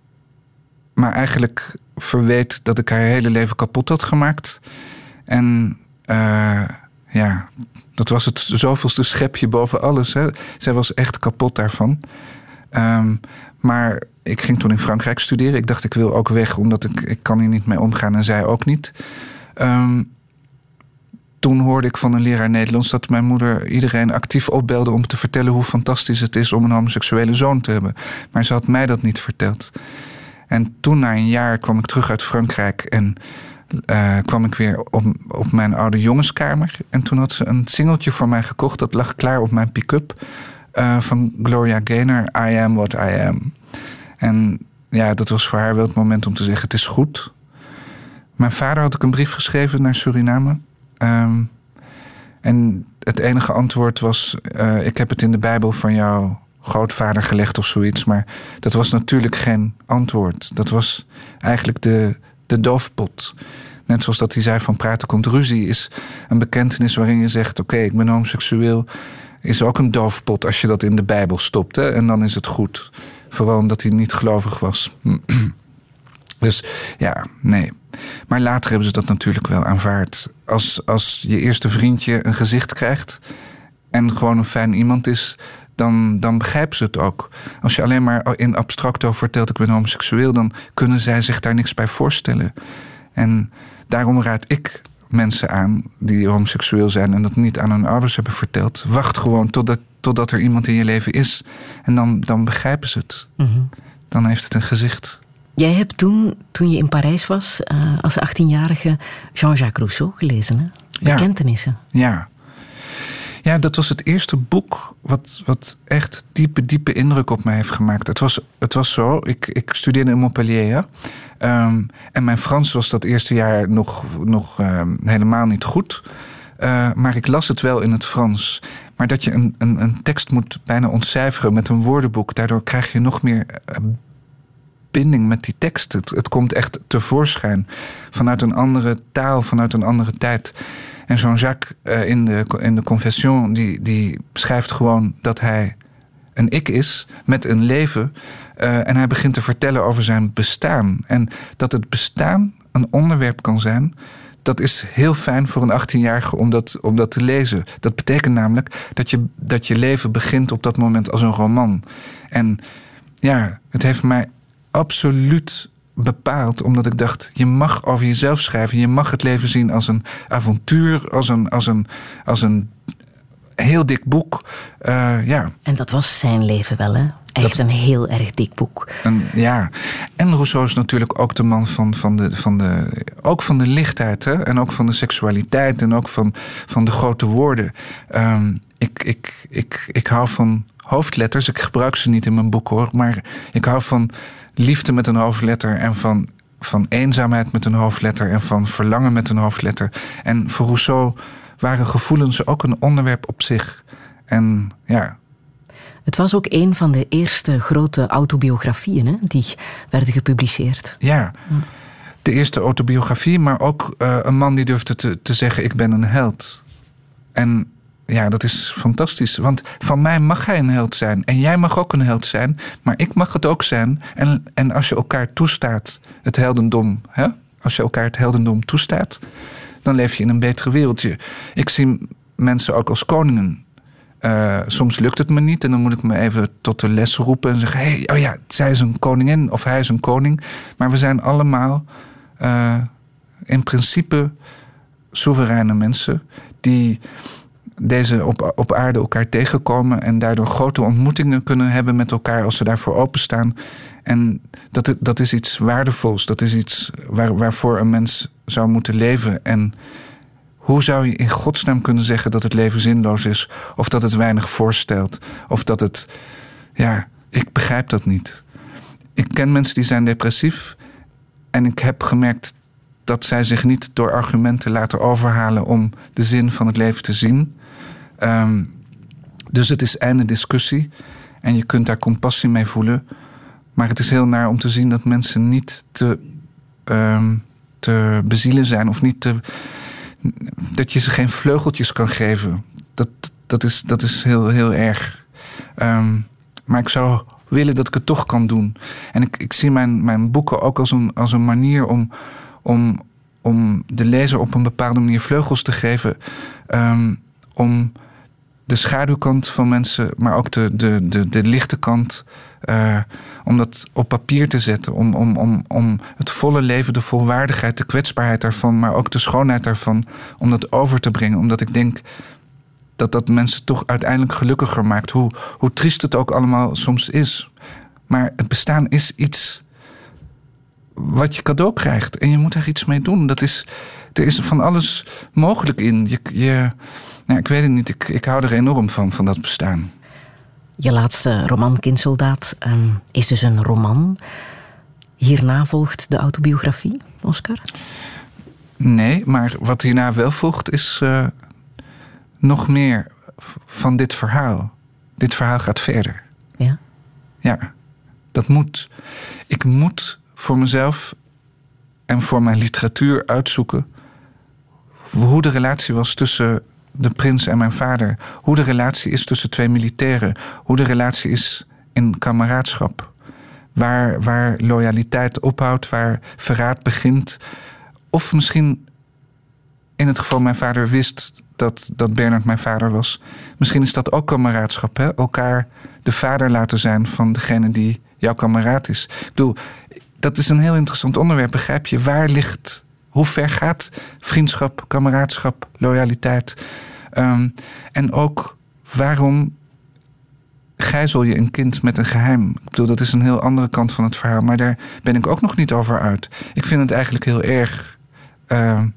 B: maar eigenlijk verweet dat ik haar hele leven kapot had gemaakt. En uh, ja, dat was het zoveelste schepje boven alles. Hè. Zij was echt kapot daarvan. Um, maar ik ging toen in Frankrijk studeren. Ik dacht, ik wil ook weg, omdat ik, ik kan hier niet mee omgaan. En zij ook niet. Um, Toen hoorde ik van een leraar Nederlands dat mijn moeder iedereen actief opbelde om te vertellen hoe fantastisch het is om een homoseksuele zoon te hebben. Maar ze had mij dat niet verteld. En toen na een jaar kwam ik terug uit Frankrijk en uh, kwam ik weer op, op mijn oude jongenskamer. En toen had ze een singeltje voor mij gekocht, dat lag klaar op mijn pick-up, uh, van Gloria Gaynor, I Am What I Am. En ja, dat was voor haar wel het moment om te zeggen, het is goed. Mijn vader had ik een brief geschreven naar Suriname. Um, en het enige antwoord was... Uh, ik heb het in de Bijbel van jouw grootvader gelegd of zoiets. Maar dat was natuurlijk geen antwoord. Dat was eigenlijk de, de doofpot. Net zoals dat hij zei van praten komt ruzie... is een bekentenis waarin je zegt... oké, okay, ik ben homoseksueel. Is ook een doofpot als je dat in de Bijbel stopt. Hè? En dan is het goed. Vooral omdat hij niet gelovig was. Dus ja, nee... Maar later hebben ze dat natuurlijk wel aanvaard. Als, als je eerste vriendje een gezicht krijgt... en gewoon een fijn iemand is... dan, dan begrijpen ze het ook. Als je alleen maar in abstracto vertelt... ik ben homoseksueel... dan kunnen zij zich daar niks bij voorstellen. En daarom raad ik mensen aan die homoseksueel zijn... en dat niet aan hun ouders hebben verteld. Wacht gewoon totdat, totdat er iemand in je leven is. En dan, dan begrijpen ze het. Mm-hmm. Dan heeft het een gezicht...
C: Jij hebt toen, toen je in Parijs was, uh, als achttienjarige... Jean-Jacques Rousseau gelezen, hè? Bekentenissen.
B: Ja. Ja, dat was het eerste boek wat, wat echt diepe, diepe indruk op mij heeft gemaakt. Het was, het was zo, ik, ik studeerde in Montpellier. Um, en mijn Frans was dat eerste jaar nog, nog um, helemaal niet goed. Uh, maar ik las het wel in het Frans. Maar dat je een, een, een tekst moet bijna ontcijferen met een woordenboek, daardoor krijg je nog meer uh, binding met die tekst. Het, het komt echt tevoorschijn vanuit een andere taal, vanuit een andere tijd. En Jean-Jacques uh, in, de, in de Confession, die, die schrijft gewoon dat hij een ik is met een leven. Uh, en hij begint te vertellen over zijn bestaan. En dat het bestaan een onderwerp kan zijn, dat is heel fijn voor een achttienjarige om dat, om dat te lezen. Dat betekent namelijk dat je, dat je leven begint op dat moment als een roman. En ja, het heeft mij absoluut bepaald, omdat ik dacht, je mag over jezelf schrijven. Je mag het leven zien als een avontuur, als een, als een, als een heel dik boek. Uh, ja.
C: En dat was zijn leven wel, hè? Echt dat, een heel erg dik boek.
B: En, ja, en Rousseau is natuurlijk ook de man van, van, de, van, de, ook van de lichtheid. Hè? En ook van de seksualiteit en ook van, van de grote woorden. Um, ik, ik, ik, ik hou van hoofdletters. Ik gebruik ze niet in mijn boek, hoor. Maar ik hou van liefde met een hoofdletter en van, van eenzaamheid met een hoofdletter en van verlangen met een hoofdletter. En voor Rousseau waren gevoelens ook een onderwerp op zich. En ja.
C: Het was ook een van de eerste grote autobiografieën, hè, die werden gepubliceerd.
B: Ja, de eerste autobiografie, maar ook uh, een man die durfde te, te zeggen, ik ben een held. En ja, dat is fantastisch. Want van mij mag hij een held zijn. En jij mag ook een held zijn. Maar ik mag het ook zijn. En, en als je elkaar toestaat, het heldendom, hè? Als je elkaar het heldendom toestaat, dan leef je in een betere wereld. Ik zie mensen ook als koningen. Uh, soms lukt het me niet en dan moet ik me even tot de les roepen en zeggen, hey, oh ja, zij is een koningin of hij is een koning. Maar we zijn allemaal uh, in principe soevereine mensen die deze op, op aarde elkaar tegenkomen en daardoor grote ontmoetingen kunnen hebben met elkaar als ze daarvoor openstaan. En dat, dat is iets waardevols, dat is iets waar, waarvoor een mens zou moeten leven. En hoe zou je in godsnaam kunnen zeggen dat het leven zinloos is, of dat het weinig voorstelt, of dat het, ja, ik begrijp dat niet. Ik ken mensen die zijn depressief en ik heb gemerkt dat zij zich niet door argumenten laten overhalen om de zin van het leven te zien. Um, dus het is einde discussie en je kunt daar compassie mee voelen. Maar het is heel naar om te zien dat mensen niet te, um, te bezielen zijn of niet te, dat je ze geen vleugeltjes kan geven. Dat, dat, is, dat is heel, heel erg. Um, maar ik zou willen dat ik het toch kan doen. En ik, ik zie mijn, mijn boeken ook als een, als een manier om, om, om de lezer op een bepaalde manier vleugels te geven. Um, om de schaduwkant van mensen, maar ook de, de, de, de lichte kant, Uh, om dat op papier te zetten. Om, om, om, om het volle leven, de volwaardigheid, de kwetsbaarheid daarvan, maar ook de schoonheid daarvan, om dat over te brengen. Omdat ik denk dat dat mensen toch uiteindelijk gelukkiger maakt. Hoe, hoe triest het ook allemaal soms is. Maar het bestaan is iets wat je cadeau krijgt. En je moet er iets mee doen. Dat is, er is van alles mogelijk in. Je, je, nou, ik weet het niet. Ik, ik hou er enorm van, van dat bestaan.
C: Je laatste roman, Kindsoldaat, um, is dus een roman. Hierna volgt de autobiografie, Oscar?
B: Nee, maar wat hierna wel volgt is uh, nog meer van dit verhaal. Dit verhaal gaat verder.
C: Ja?
B: Ja, dat moet. Ik moet voor mezelf en voor mijn literatuur uitzoeken hoe de relatie was tussen de prins en mijn vader. Hoe de relatie is tussen twee militairen. Hoe de relatie is in kameraadschap. Waar, waar loyaliteit ophoudt, waar verraad begint. Of misschien in het geval mijn vader wist dat, dat Bernard mijn vader was. Misschien is dat ook kameraadschap. Hè? Elkaar de vader laten zijn van degene die jouw kameraad is. Ik bedoel, dat is een heel interessant onderwerp, begrijp je? Waar ligt, hoe ver gaat vriendschap, kameraadschap, loyaliteit? Um, en ook, waarom gijzel je een kind met een geheim? Ik bedoel, dat is een heel andere kant van het verhaal, maar daar ben ik ook nog niet over uit. Ik vind het eigenlijk heel erg. Uh,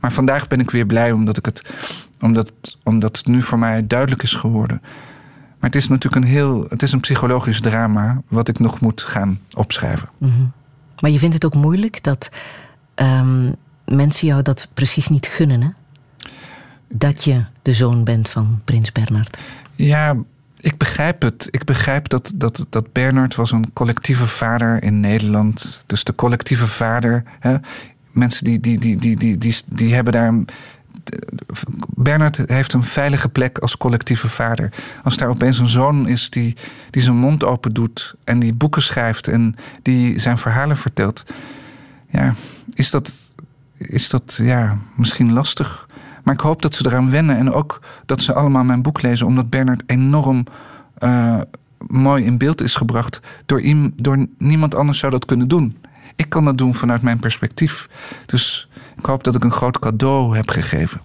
B: Maar vandaag ben ik weer blij omdat, ik het, omdat, omdat het nu voor mij duidelijk is geworden. Maar het is natuurlijk een heel, het is een psychologisch drama wat ik nog moet gaan opschrijven.
C: Mm-hmm. Maar je vindt het ook moeilijk dat um, mensen jou dat precies niet gunnen, hè? Dat je de zoon bent van prins Bernhard.
B: Ja, ik begrijp het. Ik begrijp dat, dat, dat Bernhard was een collectieve vader in Nederland. Dus de collectieve vader. Hè? Mensen die, die, die, die, die, die, die hebben daar... Bernhard heeft een veilige plek als collectieve vader. Als daar opeens een zoon is die, die zijn mond open doet en die boeken schrijft en die zijn verhalen vertelt, ja, is dat, is dat ja, misschien lastig. Maar ik hoop dat ze eraan wennen en ook dat ze allemaal mijn boek lezen, omdat Bernhard enorm uh, mooi in beeld is gebracht. Door, iem, door niemand anders zou dat kunnen doen. Ik kan dat doen vanuit mijn perspectief. Dus ik hoop dat ik een groot cadeau heb gegeven.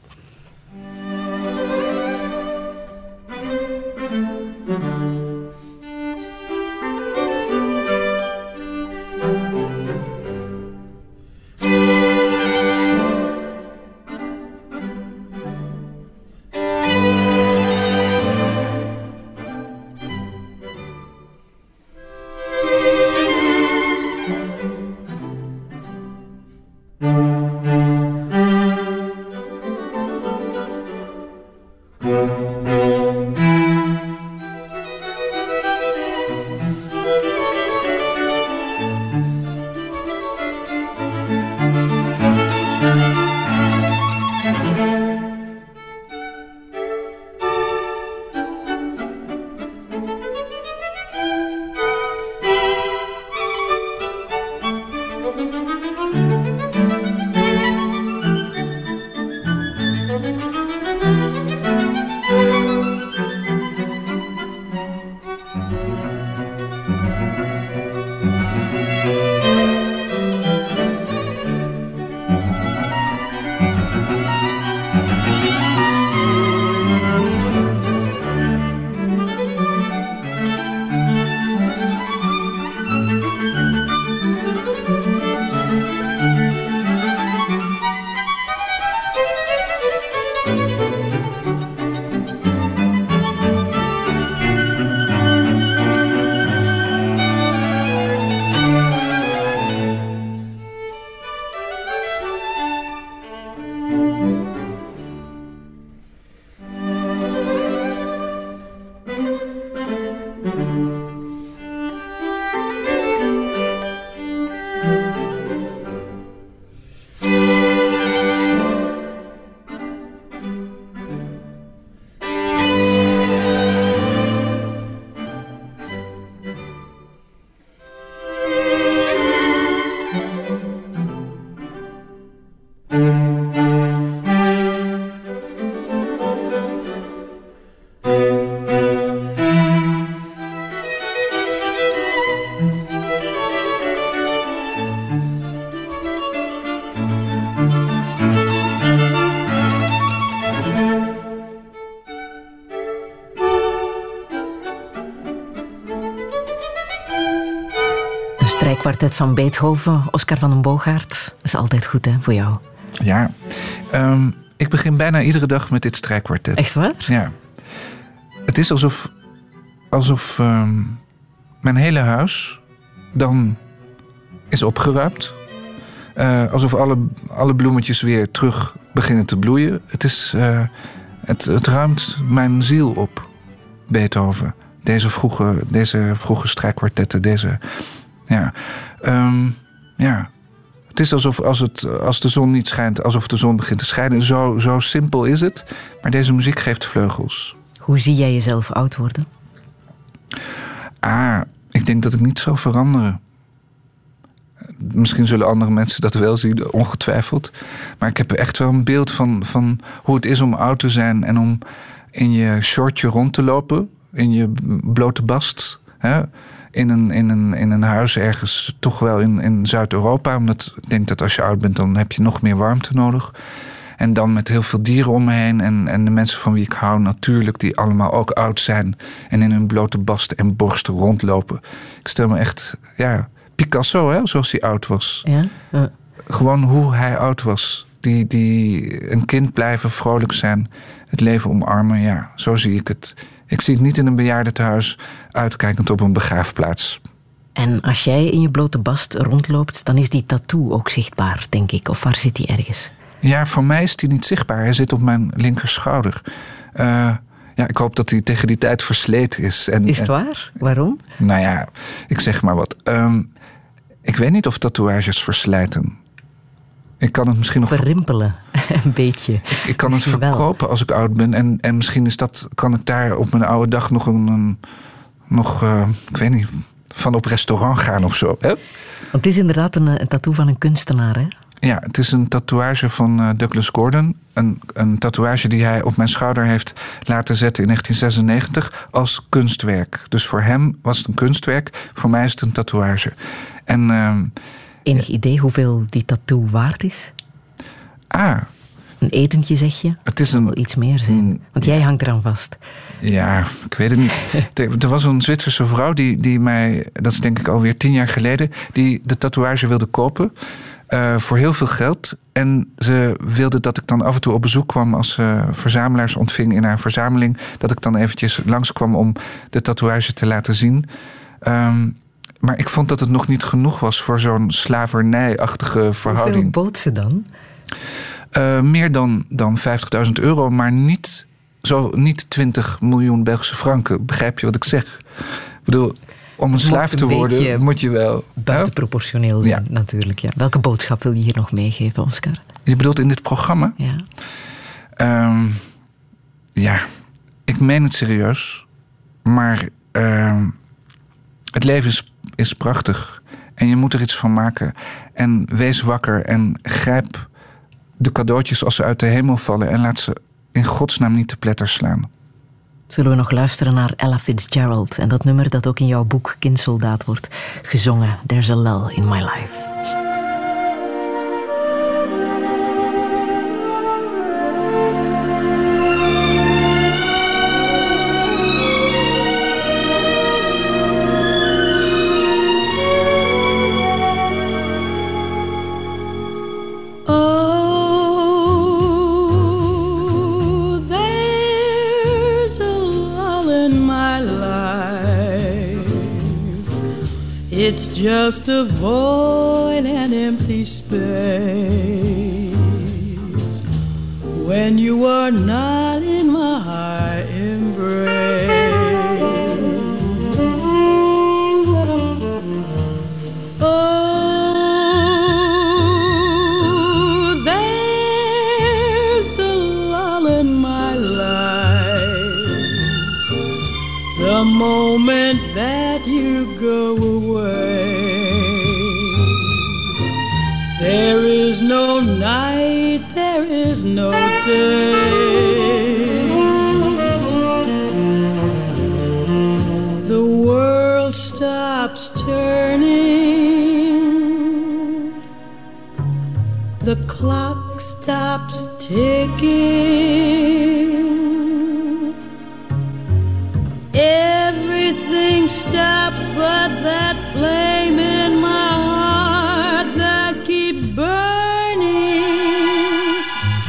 C: Strijkkwartet van Beethoven, Oscar van den Boogaard. Dat is altijd goed, hè, voor jou?
B: Ja. Um, ik begin bijna iedere dag met dit strijkkwartet.
C: Echt waar?
B: Ja. Het is alsof, alsof um, mijn hele huis dan is opgeruimd. Uh, alsof alle, alle bloemetjes weer terug beginnen te bloeien. Het, is, uh, het, het ruimt mijn ziel op, Beethoven. Deze vroege, deze vroege strijkkwartetten, deze... Ja, um, ja. Het is alsof als, het, als de zon niet schijnt, alsof de zon begint te schijnen. Zo, zo simpel is het. Maar deze muziek geeft vleugels.
C: Hoe zie jij jezelf oud worden?
B: Ah, ik denk dat ik niet zal veranderen. Misschien zullen andere mensen dat wel zien, ongetwijfeld. Maar ik heb echt wel een beeld van, van hoe het is om oud te zijn en om in je shortje rond te lopen. In je blote bast, hè? In een, in, een, in een huis ergens, toch wel in, in Zuid-Europa. Omdat ik denk dat als je oud bent, dan heb je nog meer warmte nodig. En dan met heel veel dieren om me heen. En, en de mensen van wie ik hou natuurlijk, die allemaal ook oud zijn. En in hun blote bast en borsten rondlopen. Ik stel me echt, ja, Picasso, hè, zoals hij oud was.
C: Ja? Ja.
B: Gewoon hoe hij oud was. Die, die een kind blijven, vrolijk zijn, het leven omarmen. Ja, zo zie ik het. Ik zie het niet in een bejaardentehuis uitkijkend op een begraafplaats.
C: En als jij in je blote bast rondloopt, dan is die tattoo ook zichtbaar, denk ik. Of waar zit die ergens?
B: Ja, voor mij is die niet zichtbaar. Hij zit op mijn linkerschouder. Uh, ja, ik hoop dat hij tegen die tijd versleten is. En,
C: is het waar? Waarom?
B: Nou ja, ik zeg maar wat. Um, ik weet niet of tatoeages verslijten. Ik kan het misschien nog...
C: Verrimpelen, een beetje.
B: Ik, ik kan
C: misschien
B: het verkopen wel. Als ik oud ben. En, en misschien is dat, kan ik daar op mijn oude dag nog een... een nog, uh, ik weet niet, van op restaurant gaan of zo. Hè?
C: Want het is inderdaad een, een tattoo van een kunstenaar, hè?
B: Ja, het is een tatoeage van uh, Douglas Gordon. Een, een tatoeage die hij op mijn schouder heeft laten zetten in negentien zesennegentig als kunstwerk. Dus voor hem was het een kunstwerk, voor mij is het een tatoeage. En... Uh,
C: Enig idee hoeveel die tattoo waard is?
B: Ah.
C: Een etentje, zeg je?
B: Het is een...
C: Wel iets meer zijn. Want jij hangt eraan vast.
B: Ja, ik weet het niet. Er was een Zwitserse vrouw die, die mij... Dat is denk ik alweer tien jaar geleden... die de tatoeage wilde kopen. Uh, voor heel veel geld. En ze wilde dat ik dan af en toe op bezoek kwam... als ze verzamelaars ontving in haar verzameling. Dat ik dan eventjes langskwam om de tatoeage te laten zien... Um, Maar ik vond dat het nog niet genoeg was voor zo'n slavernijachtige verhouding.
C: Hoeveel bood ze dan?
B: Uh, meer dan, dan vijftigduizend euro, maar niet, zo, niet twintig miljoen Belgische franken. Begrijp je wat ik zeg? Ik bedoel, om een slaaf te worden moet je wel...
C: Buitenproportioneel zijn, ja. Natuurlijk. Ja. Welke boodschap wil je hier nog meegeven, Oscar?
B: Je bedoelt in dit programma?
C: Ja.
B: Um, ja, ik meen het serieus. Maar um, het leven is... is prachtig. En je moet er iets van maken. En wees wakker en grijp de cadeautjes als ze uit de hemel vallen... en laat ze in godsnaam niet te pletter slaan.
C: Zullen we nog luisteren naar Ella Fitzgerald... en dat nummer dat ook in jouw boek Kindsoldaat wordt gezongen. There's a lull in my life.
F: It's just a void and empty space when you are not in my embrace. Oh, there's a lull in my life the moment that you go away. There is no night, there is no day. The world stops turning. The clock stops ticking. Everything stops but that flame in my heart that keeps burning,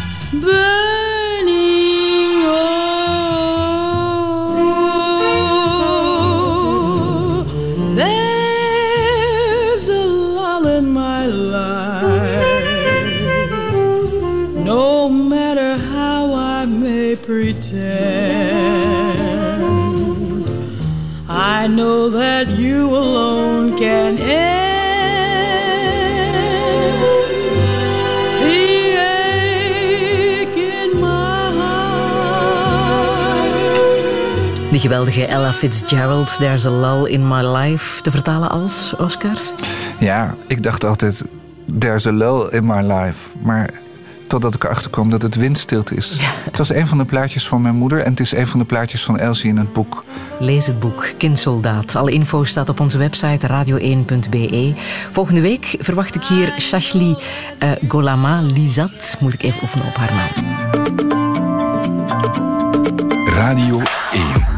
F: burning. Oh, there's a lull in my life. No matter how I may pretend, I know that you alone can end the ache in my heart.
C: Die geweldige Ella Fitzgerald, There's a Lull in My Life, te vertalen als, Oscar?
B: Ja, ik dacht altijd, There's a lull in my life. Maar totdat ik erachter kwam dat het windstilte is. Ja. Het was een van de plaatjes van mijn moeder en het is een van de plaatjes van Elsie in het boek.
C: Lees het boek, Kindsoldaat. Alle info staat op onze website radio één punt b e. Volgende week verwacht ik hier Shashli uh, Golama Lizat. Moet ik even oefenen op haar naam.
L: Radio één.